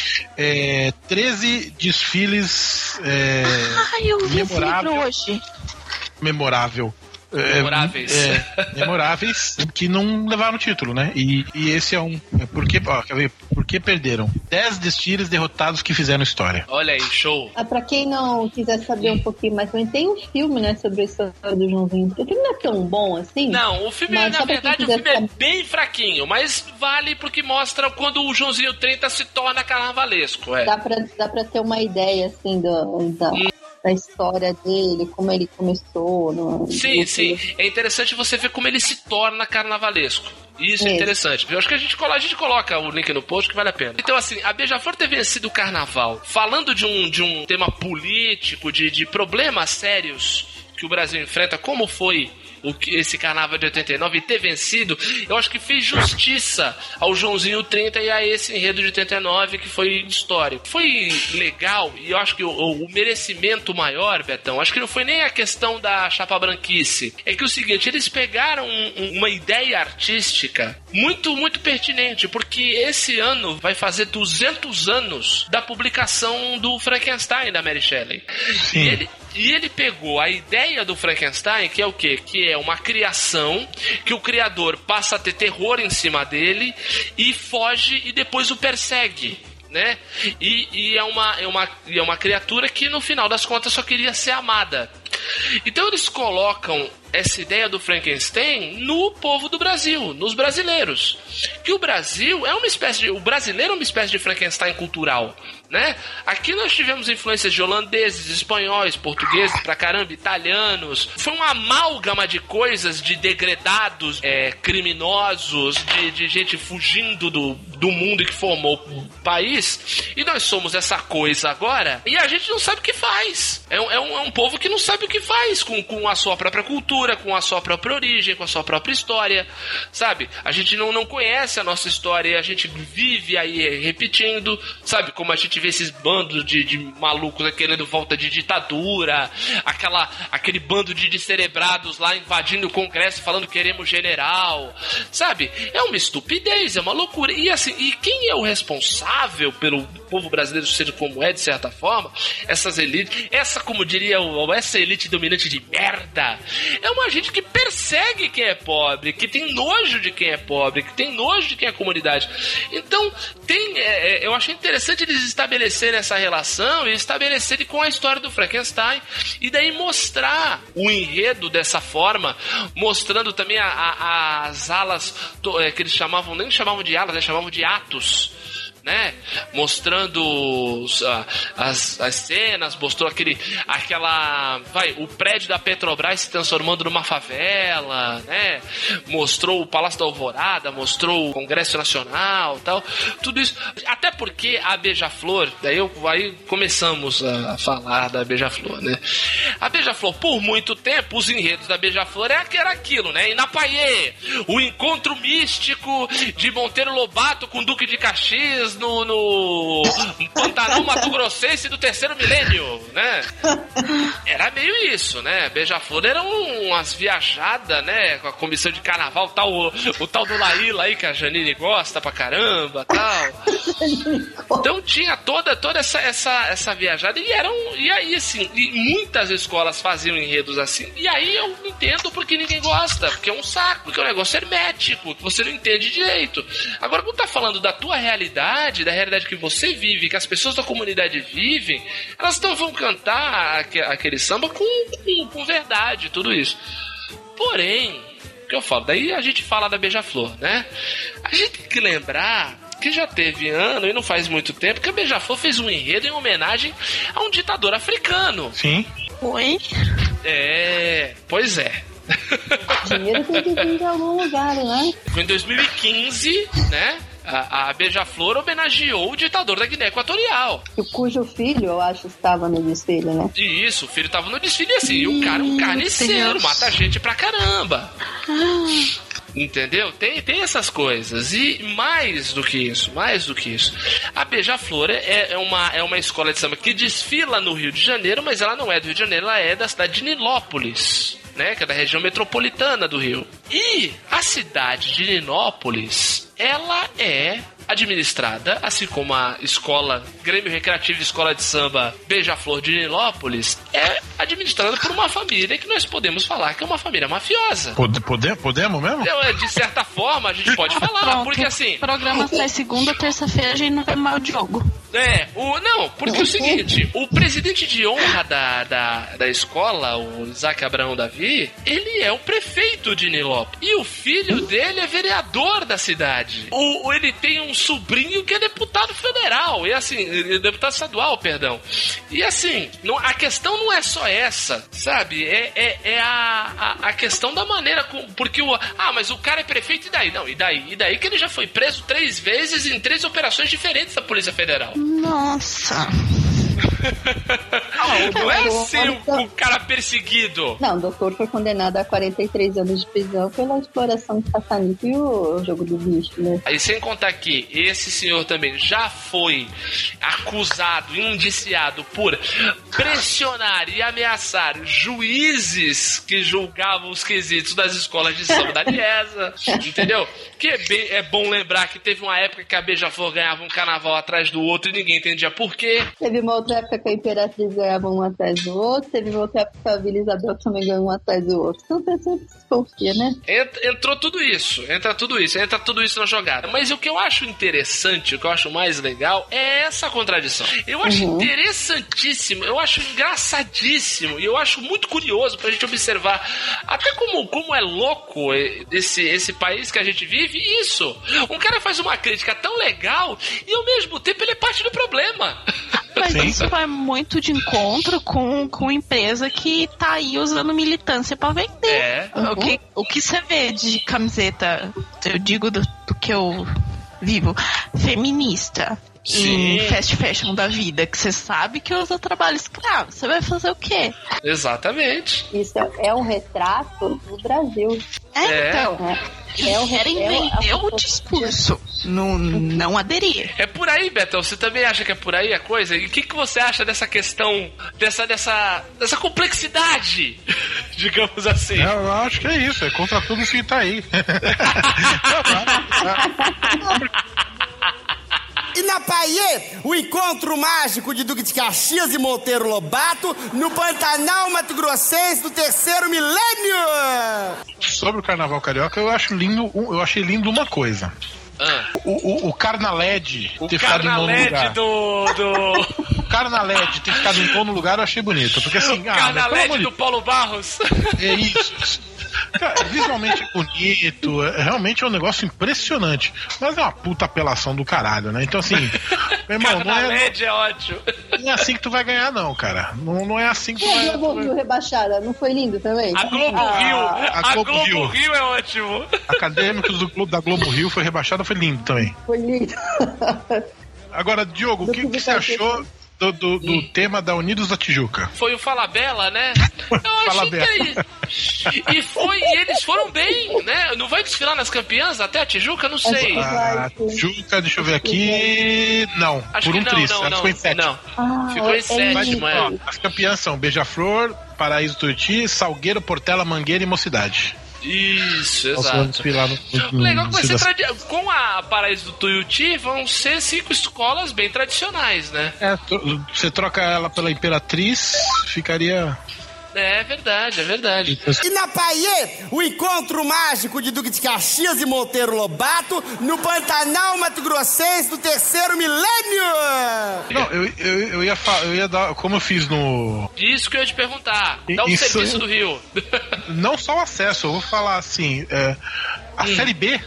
É, treze desfiles é, Ai, eu vi esse memorável, livro hoje. memorável. É, Memoráveis. é, memoráveis que não levaram o título, né? E, e esse é um. É porque, ó, quer ver? Por que perderam? Dez desfiles derrotados que fizeram história. Olha aí, show. Ah, pra quem não quiser saber um pouquinho mais, também tem um filme, né, sobre a história do Joãozinho. O filme não é tão bom assim. Não, o filme, Mas na só pra quem verdade, o quiser filme é saber. bem fraquinho, mas vale porque mostra quando o Joãozinho trinta se torna carnavalesco, é. Dá pra, dá pra ter uma ideia, assim, do, da, da história dele, como ele começou. No, Sim, no- sim. É interessante você ver como ele se torna carnavalesco. Isso é Isso. interessante. Eu acho que a gente, colo- a gente coloca o link no post que vale a pena. Então, assim, a Beija-Flor ter vencido o carnaval, falando de um, de um tema político, de, de problemas sérios que o Brasil enfrenta, como foi o que esse carnaval de oitenta e nove e ter vencido, eu acho que fez justiça ao Joãozinho trinta e a esse enredo de oitenta e nove que foi histórico. Foi legal e eu acho que o, o merecimento maior, Betão, acho que não foi nem a questão da chapa branquice. É que o seguinte, eles pegaram um- um- uma ideia artística muito, muito pertinente, porque esse ano vai fazer duzentos anos da publicação do Frankenstein da Mary Shelley. Sim. E ele, e ele pegou a ideia do Frankenstein, que é o quê? Que é uma criação que o criador passa a ter terror em cima dele e foge e depois o persegue, né? E, e é, uma, é, uma, e é uma criatura que no final das contas só queria ser amada. Então eles colocam essa ideia do Frankenstein no povo do Brasil, nos brasileiros. Que o Brasil é uma espécie de... O brasileiro é uma espécie de Frankenstein cultural, né? Aqui nós tivemos influências de holandeses, espanhóis, portugueses pra caramba, italianos. Foi uma amálgama de coisas, de degredados, é, criminosos, de, de gente fugindo do, do mundo que formou o país. E nós somos essa coisa agora e a gente não sabe o que faz. É um, é um, é um povo que não sabe o que faz com, com a sua própria cultura, com a sua própria origem, com a sua própria história, sabe? A gente não, não conhece a nossa história e a gente vive aí repetindo, sabe? Como a gente vê esses bandos de, de malucos né, querendo volta de ditadura, aquela, aquele bando de descerebrados lá invadindo o Congresso falando queremos general, sabe? É uma estupidez, é uma loucura. E assim, e quem é o responsável pelo povo brasileiro ser como é, de certa forma? Essas elites, essa, como diria o, essa elite dominante de merda, é uma gente que persegue quem é pobre, que tem nojo de quem é pobre, que tem nojo de quem é comunidade. Então, tem, é, é, eu achei interessante eles estabelecerem essa relação e estabelecerem com a história do Frankenstein e daí mostrar o enredo dessa forma, mostrando também a, a, as alas to, é, que eles chamavam, nem chamavam de alas, eles chamavam de atos, né? Mostrando os, a, as, as cenas, mostrou aquele, aquela, vai, o prédio da Petrobras se transformando numa favela, né? Mostrou o Palácio da Alvorada, mostrou o Congresso Nacional, tal, tudo isso. Até porque a Beija-Flor, daí eu, aí começamos a falar da Beija-Flor, né? A Beija-Flor, por muito tempo, os enredos da Beija-Flor era aquilo, né? Inapaiê, o encontro místico de Monteiro Lobato com o Duque de Caxias no, no Pantanal Mato Grossense do terceiro milênio, né? Era meio isso, né? Beija-Flor era um, umas viajadas, né? Com a comissão de carnaval, o tal, o, o tal do Laíla aí que a Janine gosta pra caramba, tal. Então tinha toda, toda essa, essa, essa viajada e eram, e aí assim, e muitas escolas faziam enredos assim, e aí eu entendo porque ninguém gosta, porque é um saco, porque é um negócio hermético, que você não entende direito. Agora, quando tá falando da tua realidade, da realidade que você vive, que as pessoas da comunidade vivem, elas não vão cantar aquele samba com, com, com verdade, tudo isso. Porém, o que eu falo, daí a gente fala da Beija-Flor, né? A gente tem que lembrar que já teve ano, e não faz muito tempo, que a Beija-Flor fez um enredo em homenagem a um ditador africano. Sim. Oi? É, pois é. Dinheiro tem que vir de algum lugar, né? Foi em dois mil e quinze, né? A, a Beija-Flor homenageou o ditador da Guiné Equatorial. Cujo filho, eu acho, estava no desfile, né? E isso, o filho estava no desfile assim. E o cara é um carniceiro, Deus. mata gente pra caramba. Entendeu? Tem, tem essas coisas. E mais do que isso, mais do que isso. A Beija-Flor é, é, uma, é uma escola de samba que desfila no Rio de Janeiro, mas ela não é do Rio de Janeiro, ela é da cidade de Nilópolis, né? Que é da região metropolitana do Rio. E a cidade de Nilópolis, ela é administrada, assim como a escola Grêmio Recreativo de Escola de Samba Beija-Flor de Nilópolis, é administrada por uma família que nós podemos falar que é uma família mafiosa. Pode, pode, podemos mesmo? Então, de certa forma, a gente pode falar, Pronto. porque assim... O programa sai segunda, terça-feira, a gente não vai mal o Diogo. É, o, não, porque é o seguinte, o presidente de honra da, da, da escola, o Isaac Abraão Davi, ele é o prefeito de Nilópolis. E o filho dele é vereador da cidade. O, o- ele tem um sobrinho que é deputado federal, e assim, é deputado estadual, perdão. E assim, não, a questão não é só essa, sabe? É, é, é a, a, a questão da maneira com, porque o... Ah, mas o cara é prefeito e daí? Não, e daí? E daí que ele já foi preso três vezes em três operações diferentes da Polícia Federal. Nossa. Não é assim o, o cara perseguido. Não, o doutor foi condenado a quarenta e três anos de prisão pela exploração de satânico e o jogo do bicho, né? Aí sem contar que esse senhor também já foi acusado, indiciado por pressionar e ameaçar juízes que julgavam os quesitos das escolas de samba da Liesa, entendeu? Que é, bem, é bom lembrar que teve uma época que a Beija-Flor ganhava um carnaval atrás do outro e ninguém entendia por quê. Teve uma outra época que a Imperatriz ganhava um atrás do outro, teve uma outra época que a Vila Isabel também ganhou um atrás do outro. Então pessoa que se confia, né? Ent- Entrou tudo isso, entra tudo isso, entra tudo isso na jogada. Mas o que eu acho interessante, o que eu acho mais legal é essa contradição. Eu acho Uhum. interessantíssimo, eu acho engraçadíssimo e eu acho muito curioso pra gente observar até como, como é louco esse, esse país que a gente vive. Isso, um cara faz uma crítica tão legal e ao mesmo tempo ele é parte do problema. Mas Sim. isso vai muito de encontro com, com empresa que tá aí usando militância pra vender. É. O que, o que você vê de camiseta, eu digo do, do que eu vivo, feminista, Sim. em fast fashion da vida, que você sabe que usa trabalho escravo, você vai fazer o quê? Exatamente. Isso é, é um retrato do Brasil. É, É. então, Né? É o, querem é o- vender o discurso, não, não aderir. É por aí, Beto. Você também acha que é por aí a coisa? E o que, que você acha dessa questão, dessa, dessa, dessa complexidade, digamos assim? Eu, eu acho que é isso, é contra tudo isso que tá aí. E na Paiê, o encontro mágico de Duque de Caxias e Monteiro Lobato no Pantanal Mato Grossense do terceiro milênio. Sobre o Carnaval Carioca, eu acho lindo, um- eu achei lindo uma coisa. Ah. O, o, o Carnaled O ter ficado em nono Carnaled lugar. do... do... O Carnaled ter ficado em nono lugar eu achei bonito. Porque assim, o ah, mas pelo amor Carnaled de- do Paulo Barros. É isso. Cara, visualmente bonito, é, realmente é um negócio impressionante. Mas é uma puta apelação do caralho, né? Então, assim, meu irmão, não é, L E D é ótimo. não é assim que tu vai ganhar, não, cara. Não, não é assim que tu E a vai. Globo tu vai- Rio rebaixada, não foi lindo também? A Globo Ah, Rio. a A Globo Globo Rio. Rio é ótimo. Acadêmicos do Clube da Globo Rio foi rebaixado, foi lindo também. Foi lindo. Agora, Diogo, o Do que, que Clube você da achou do, do, do tema da Unidos da Tijuca? Foi o Falabella, né? Eu achei que aí. E foi, e eles foram bem, né? Não vai desfilar nas campeãs até a Tijuca? Não sei. A Tijuca, deixa eu ver aqui. Não, Acho por que um não, tris. não, Ela não. ficou em sétimo. Não. Ah, Ficou em é sétimo, é. Ó, as campeãs são Beija-Flor, Paraíso Tuiuti, Salgueiro, Portela, Mangueira e Mocidade. Isso, Elas vão exato. desfilar no, no, O legal é que vai ser das- tradi- com a Paraíso do Tuiuti vão ser cinco escolas bem tradicionais, né? É, tro- você troca ela pela Imperatriz, ficaria. É verdade, é verdade. E na Paiê, o encontro mágico de Duque de Caxias e Monteiro Lobato no Pantanal Mato Grossense do terceiro milênio. Não, eu, eu, eu, ia fa- eu ia dar. Como eu fiz no. Isso que eu ia te perguntar. Dá o Isso- serviço do Rio. Não só o acesso, eu vou falar assim. é, a Hum. Série B,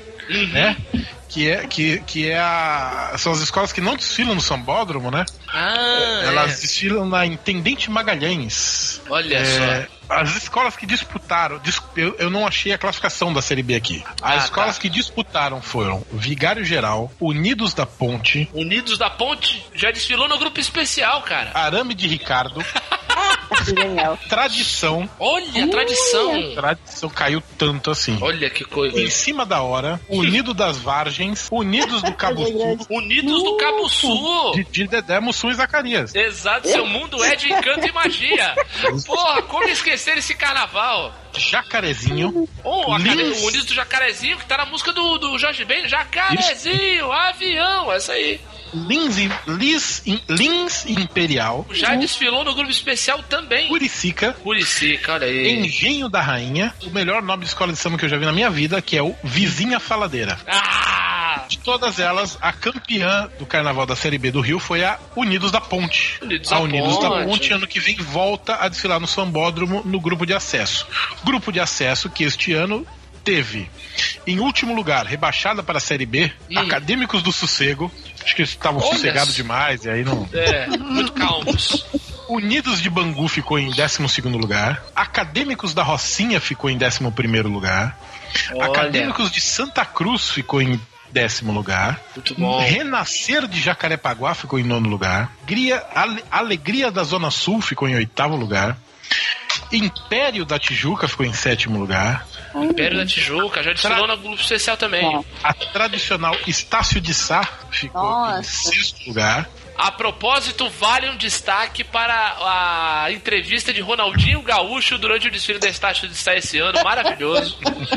né? Que é, que, que é a. São as escolas que não desfilam no Sambódromo, né? Ah, Elas é. desfilam na Intendente Magalhães. Olha É, só. as escolas que disputaram, dis- eu, eu não achei a classificação da Série B aqui. As Ah, escolas tá. que disputaram foram Vigário Geral, Unidos da Ponte, Unidos da Ponte já desfilou no grupo especial, cara. Arame de Ricardo, Que genial. Tradição. Olha, tradição. Tradição caiu tanto assim. Olha que coisa. Em cima da hora, Unido das Vargens, Unidos do Cabo Sul, Unidos do Cabo Sul. de, de Dedé, Mussum e Zacarias. Exato, seu mundo é de encanto e magia. Porra, como esquecer esse carnaval? Jacarezinho, Oh, a Lins. cadê- o Unidos do Jacarezinho, que tá na música do, do Jorge Ben. Jacarezinho, avião, essa aí. Lins, e- Lis, Im- Lins Imperial, Já desfilou no grupo especial também. Curicica, Curicica, olha aí. Engenho da Rainha, o melhor nome de escola de samba que eu já vi na minha vida, que é o Vizinha Faladeira. Ah! De todas elas, a campeã do Carnaval da Série B do Rio foi a Unidos da Ponte. Unidos a da Unidos da Ponte. Ponte, ano que vem, volta a desfilar no Sambódromo no grupo de acesso. Grupo de acesso que este ano teve, em último lugar, rebaixada para a Série B, Hum. Acadêmicos do Sossego. Acho que eles estavam Olha sossegados só. demais, e aí não... É, muito calmos. Unidos de Bangu ficou em décimo segundo lugar. Acadêmicos da Rocinha ficou em décimo primeiro lugar. Olha. Acadêmicos de Santa Cruz ficou em décimo lugar. Muito bom. Renascer de Jacarepaguá ficou em nono lugar. Gria- Ale- Alegria da Zona Sul ficou em oitavo lugar. Império da Tijuca ficou em sétimo lugar. Império da Tijuca, já desfilou no grupo especial também. A tradicional Estácio de Sá ficou em Nossa. sexto lugar. A propósito, vale um destaque para a entrevista de Ronaldinho Gaúcho durante o desfile da Estácio de Sá esse ano, maravilhoso.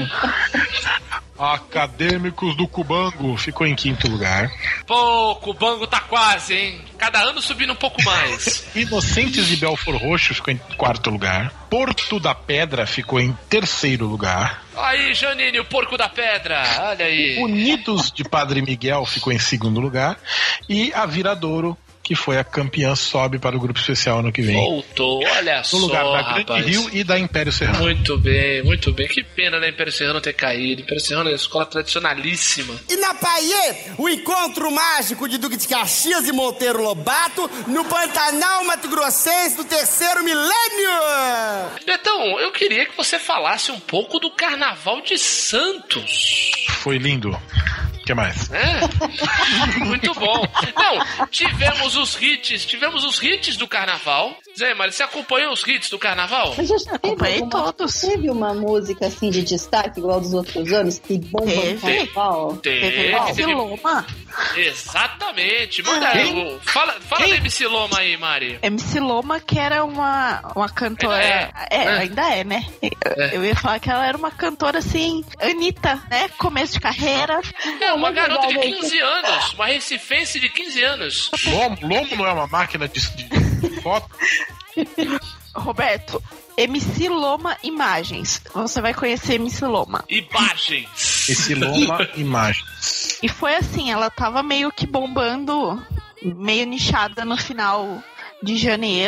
Acadêmicos do Cubango ficou em quinto lugar. Pô, o Cubango tá quase, hein? Cada ano subindo um pouco mais. Inocentes de Belfor Roxo ficou em quarto lugar. Porto da Pedra ficou em terceiro lugar. Aí, Janine, o porco da pedra, olha aí. Unidos de Padre Miguel ficou em segundo lugar. E a Viradouro, que foi a campeã, sobe para o grupo especial ano que vem. Voltou, olha só, No lugar da rapaz. Grande Rio e da Império Serrano. Muito bem, muito bem. Que pena, né, Império Serrano ter caído. Império Serrano é uma escola tradicionalíssima. E na Paiê, o encontro mágico de Duque de Caxias e Monteiro Lobato no Pantanal Mato Grossense do terceiro milênio. Betão, eu queria que você falasse um pouco do Carnaval de Santos. Foi lindo. O que mais? É? Muito bom. Não, tivemos os hits, tivemos os hits do Carnaval. Zé, mas você acompanhou os hits do Carnaval? Mas já teve, Acompanhei alguma, todos. teve uma música assim de destaque, igual dos outros anos, que bomba no Teve. carnaval? Teve, Teve teve. Loma. Exatamente. Manda aí, o- fala, fala da M C Loma aí, Mari. M C Loma, que era uma, uma cantora. Ainda é. É, É. ainda é, né? Eu, É. eu ia falar que ela era uma cantora assim, Anitta, né? Começo de carreira. É, uma muito garota de legal, quinze anos, uma recifense de quinze anos. Lomo, Lomo não é uma máquina de, de foto? Roberto, M C Loma Imagens. Você vai conhecer M C Loma. Imagens. Esse Loma Imagens. E foi assim, ela tava meio que bombando, meio nichada no final de janeiro.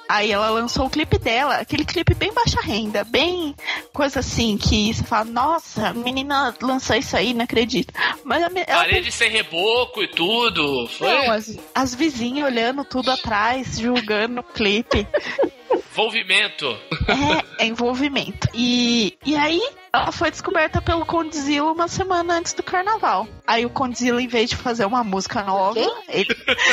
Aí ela lançou o clipe dela, aquele clipe bem baixa renda, bem coisa assim, que você fala, nossa, a menina lançou isso aí, não acredito. Mas a, ela Parede tem... sem reboco e tudo. Foi? Não, as, as vizinhas olhando tudo atrás, julgando o clipe. Envolvimento. É, é envolvimento. E, e aí, ela foi descoberta pelo Condzilla uma semana antes do carnaval. Aí o Condzilla, em vez de fazer uma música nova, ele...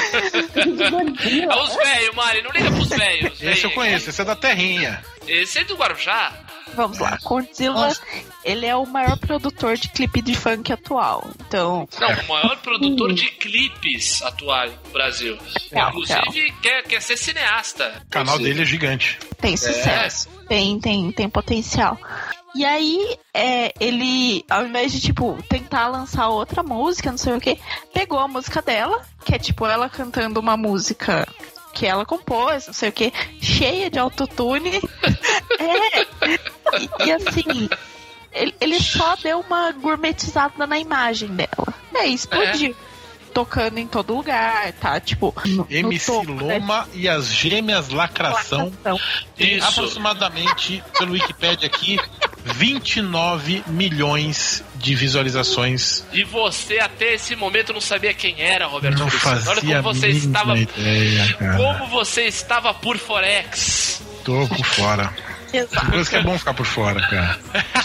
É os velhos, Mari, não liga pros velhos. Esse eu conheço, esse é da Terrinha. Esse é do Guarujá. Vamos lá, Condzilla, ele é o maior produtor de clipe de funk atual. Então... Não, o maior produtor de clipes atual no Brasil. Real, Inclusive, real. Quer, quer ser cineasta. O canal dele é gigante. Tem sucesso, é. tem, tem, tem potencial. E aí, é, ele, ao invés de, tipo, tentar lançar outra música, não sei o que, pegou a música dela, que é, tipo, ela cantando uma música que ela compôs, não sei o que, cheia de autotune. é, e, e assim, ele, ele só deu uma gourmetizada na imagem dela. E aí, explodiu. É. Tocando em todo lugar, tá? Tipo, no, M C no topo, Loma, né? E as Gêmeas Lacração. Lacração. Tem aproximadamente, pelo Wikipedia aqui, vinte e nove milhões de visualizações. E você até esse momento não sabia quem era, Roberto Não Cristiano. fazia Olha como você estava. Ideia, cara. Como você estava por Forex. Tô por fora. Exato. Coisa que é bom ficar por fora, cara.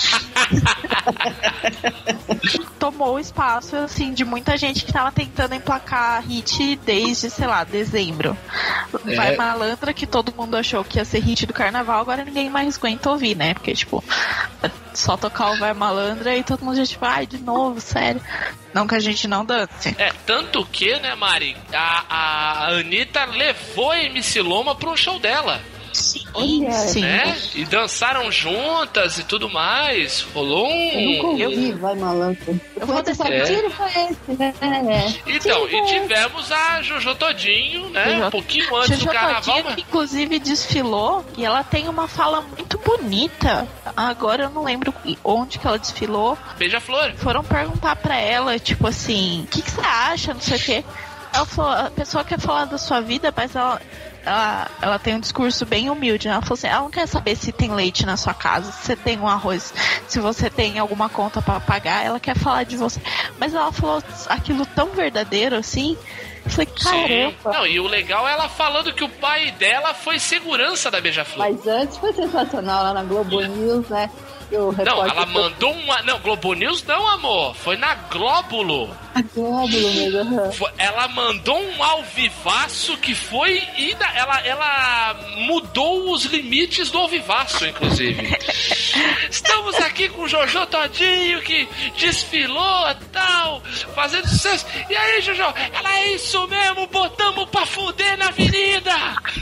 Tomou o espaço, assim, de muita gente que tava tentando emplacar hit desde, sei lá, dezembro. É. Vai Malandra, que todo mundo achou que ia ser hit do carnaval, agora ninguém mais aguenta ouvir, né? Porque, tipo, só tocar o Vai Malandra e todo mundo já, tipo, ai, de novo, sério. Não que a gente não dance. É, tanto que, né, Mari, a, a Anitta levou a M C Loma pro show dela. Sim, Olha, sim. Né? E dançaram juntas e tudo mais. Rolou um. Eu nunca ouvi, vai malandro. Eu vou descer. Que tiro foi esse, né? Então, tiro e tivemos a Jojo Todinho, né? Jojo. Um pouquinho antes Jojo do carnaval. Todinho, Mas... que inclusive desfilou, e ela tem uma fala muito bonita. Agora eu não lembro onde que ela desfilou. Beija-flor. Foram perguntar pra ela, tipo assim, o que, que você acha, não sei o quê. Ela falou, a pessoa quer falar da sua vida, mas ela... Ela, ela tem um discurso bem humilde, né? Ela falou assim, ela não quer saber se tem leite na sua casa, se você tem um arroz, se você tem alguma conta pra pagar, ela quer falar de você. Mas ela falou aquilo tão verdadeiro assim, eu falei, caramba. Sim. Não, e o legal é ela falando que o pai dela foi segurança da Beija-Flor. Mas antes foi sensacional lá na Globo News, né? Não, ela mandou uma... Não, Globo News não, amor. Foi na Glóbulo. A Glóbulo mesmo. Foi... Ela mandou um alvivaço que foi... E ela, ela mudou os limites do alvivaço, inclusive. Estamos aqui com o Jojo Todinho, que desfilou e tal, fazendo sucesso. E aí, Jojo? Ela é isso mesmo, botamos pra fuder na avenida.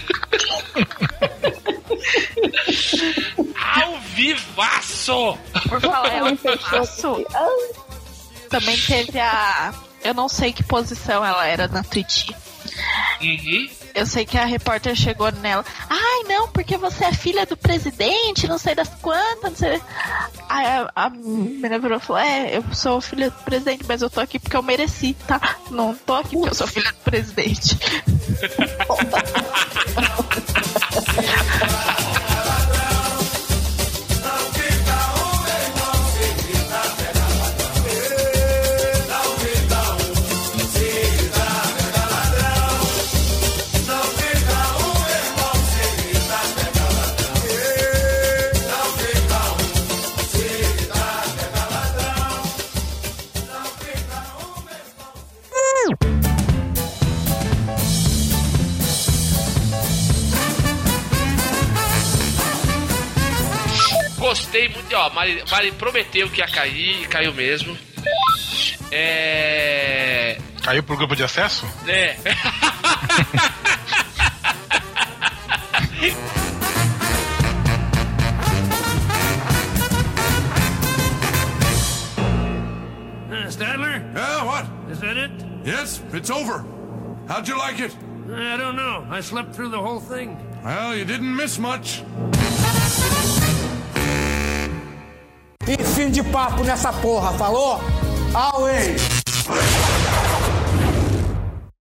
Alvivaço! Por falar em alvivaço, também teve a... Eu não sei que posição ela era na Twitch. Uhum. Eu sei que a repórter chegou nela. Ai, não, porque você é filha do presidente, não sei das quantas, não sei... Aí a, a menina virou e falou, é, eu sou filha do presidente, mas eu tô aqui porque eu mereci, tá? Não tô aqui porque eu sou filha do presidente. Gostei muito, ó, Mari, Mari prometeu que ia cair e caiu mesmo. É... Caiu pro grupo de acesso? É. Uh, Stadler? Yeah, what? Is that it? Yes, it's over. How'd you like it? I don't know. I slept through the whole thing. Well, you didn't miss much. E fim de papo nessa porra, falou? Away!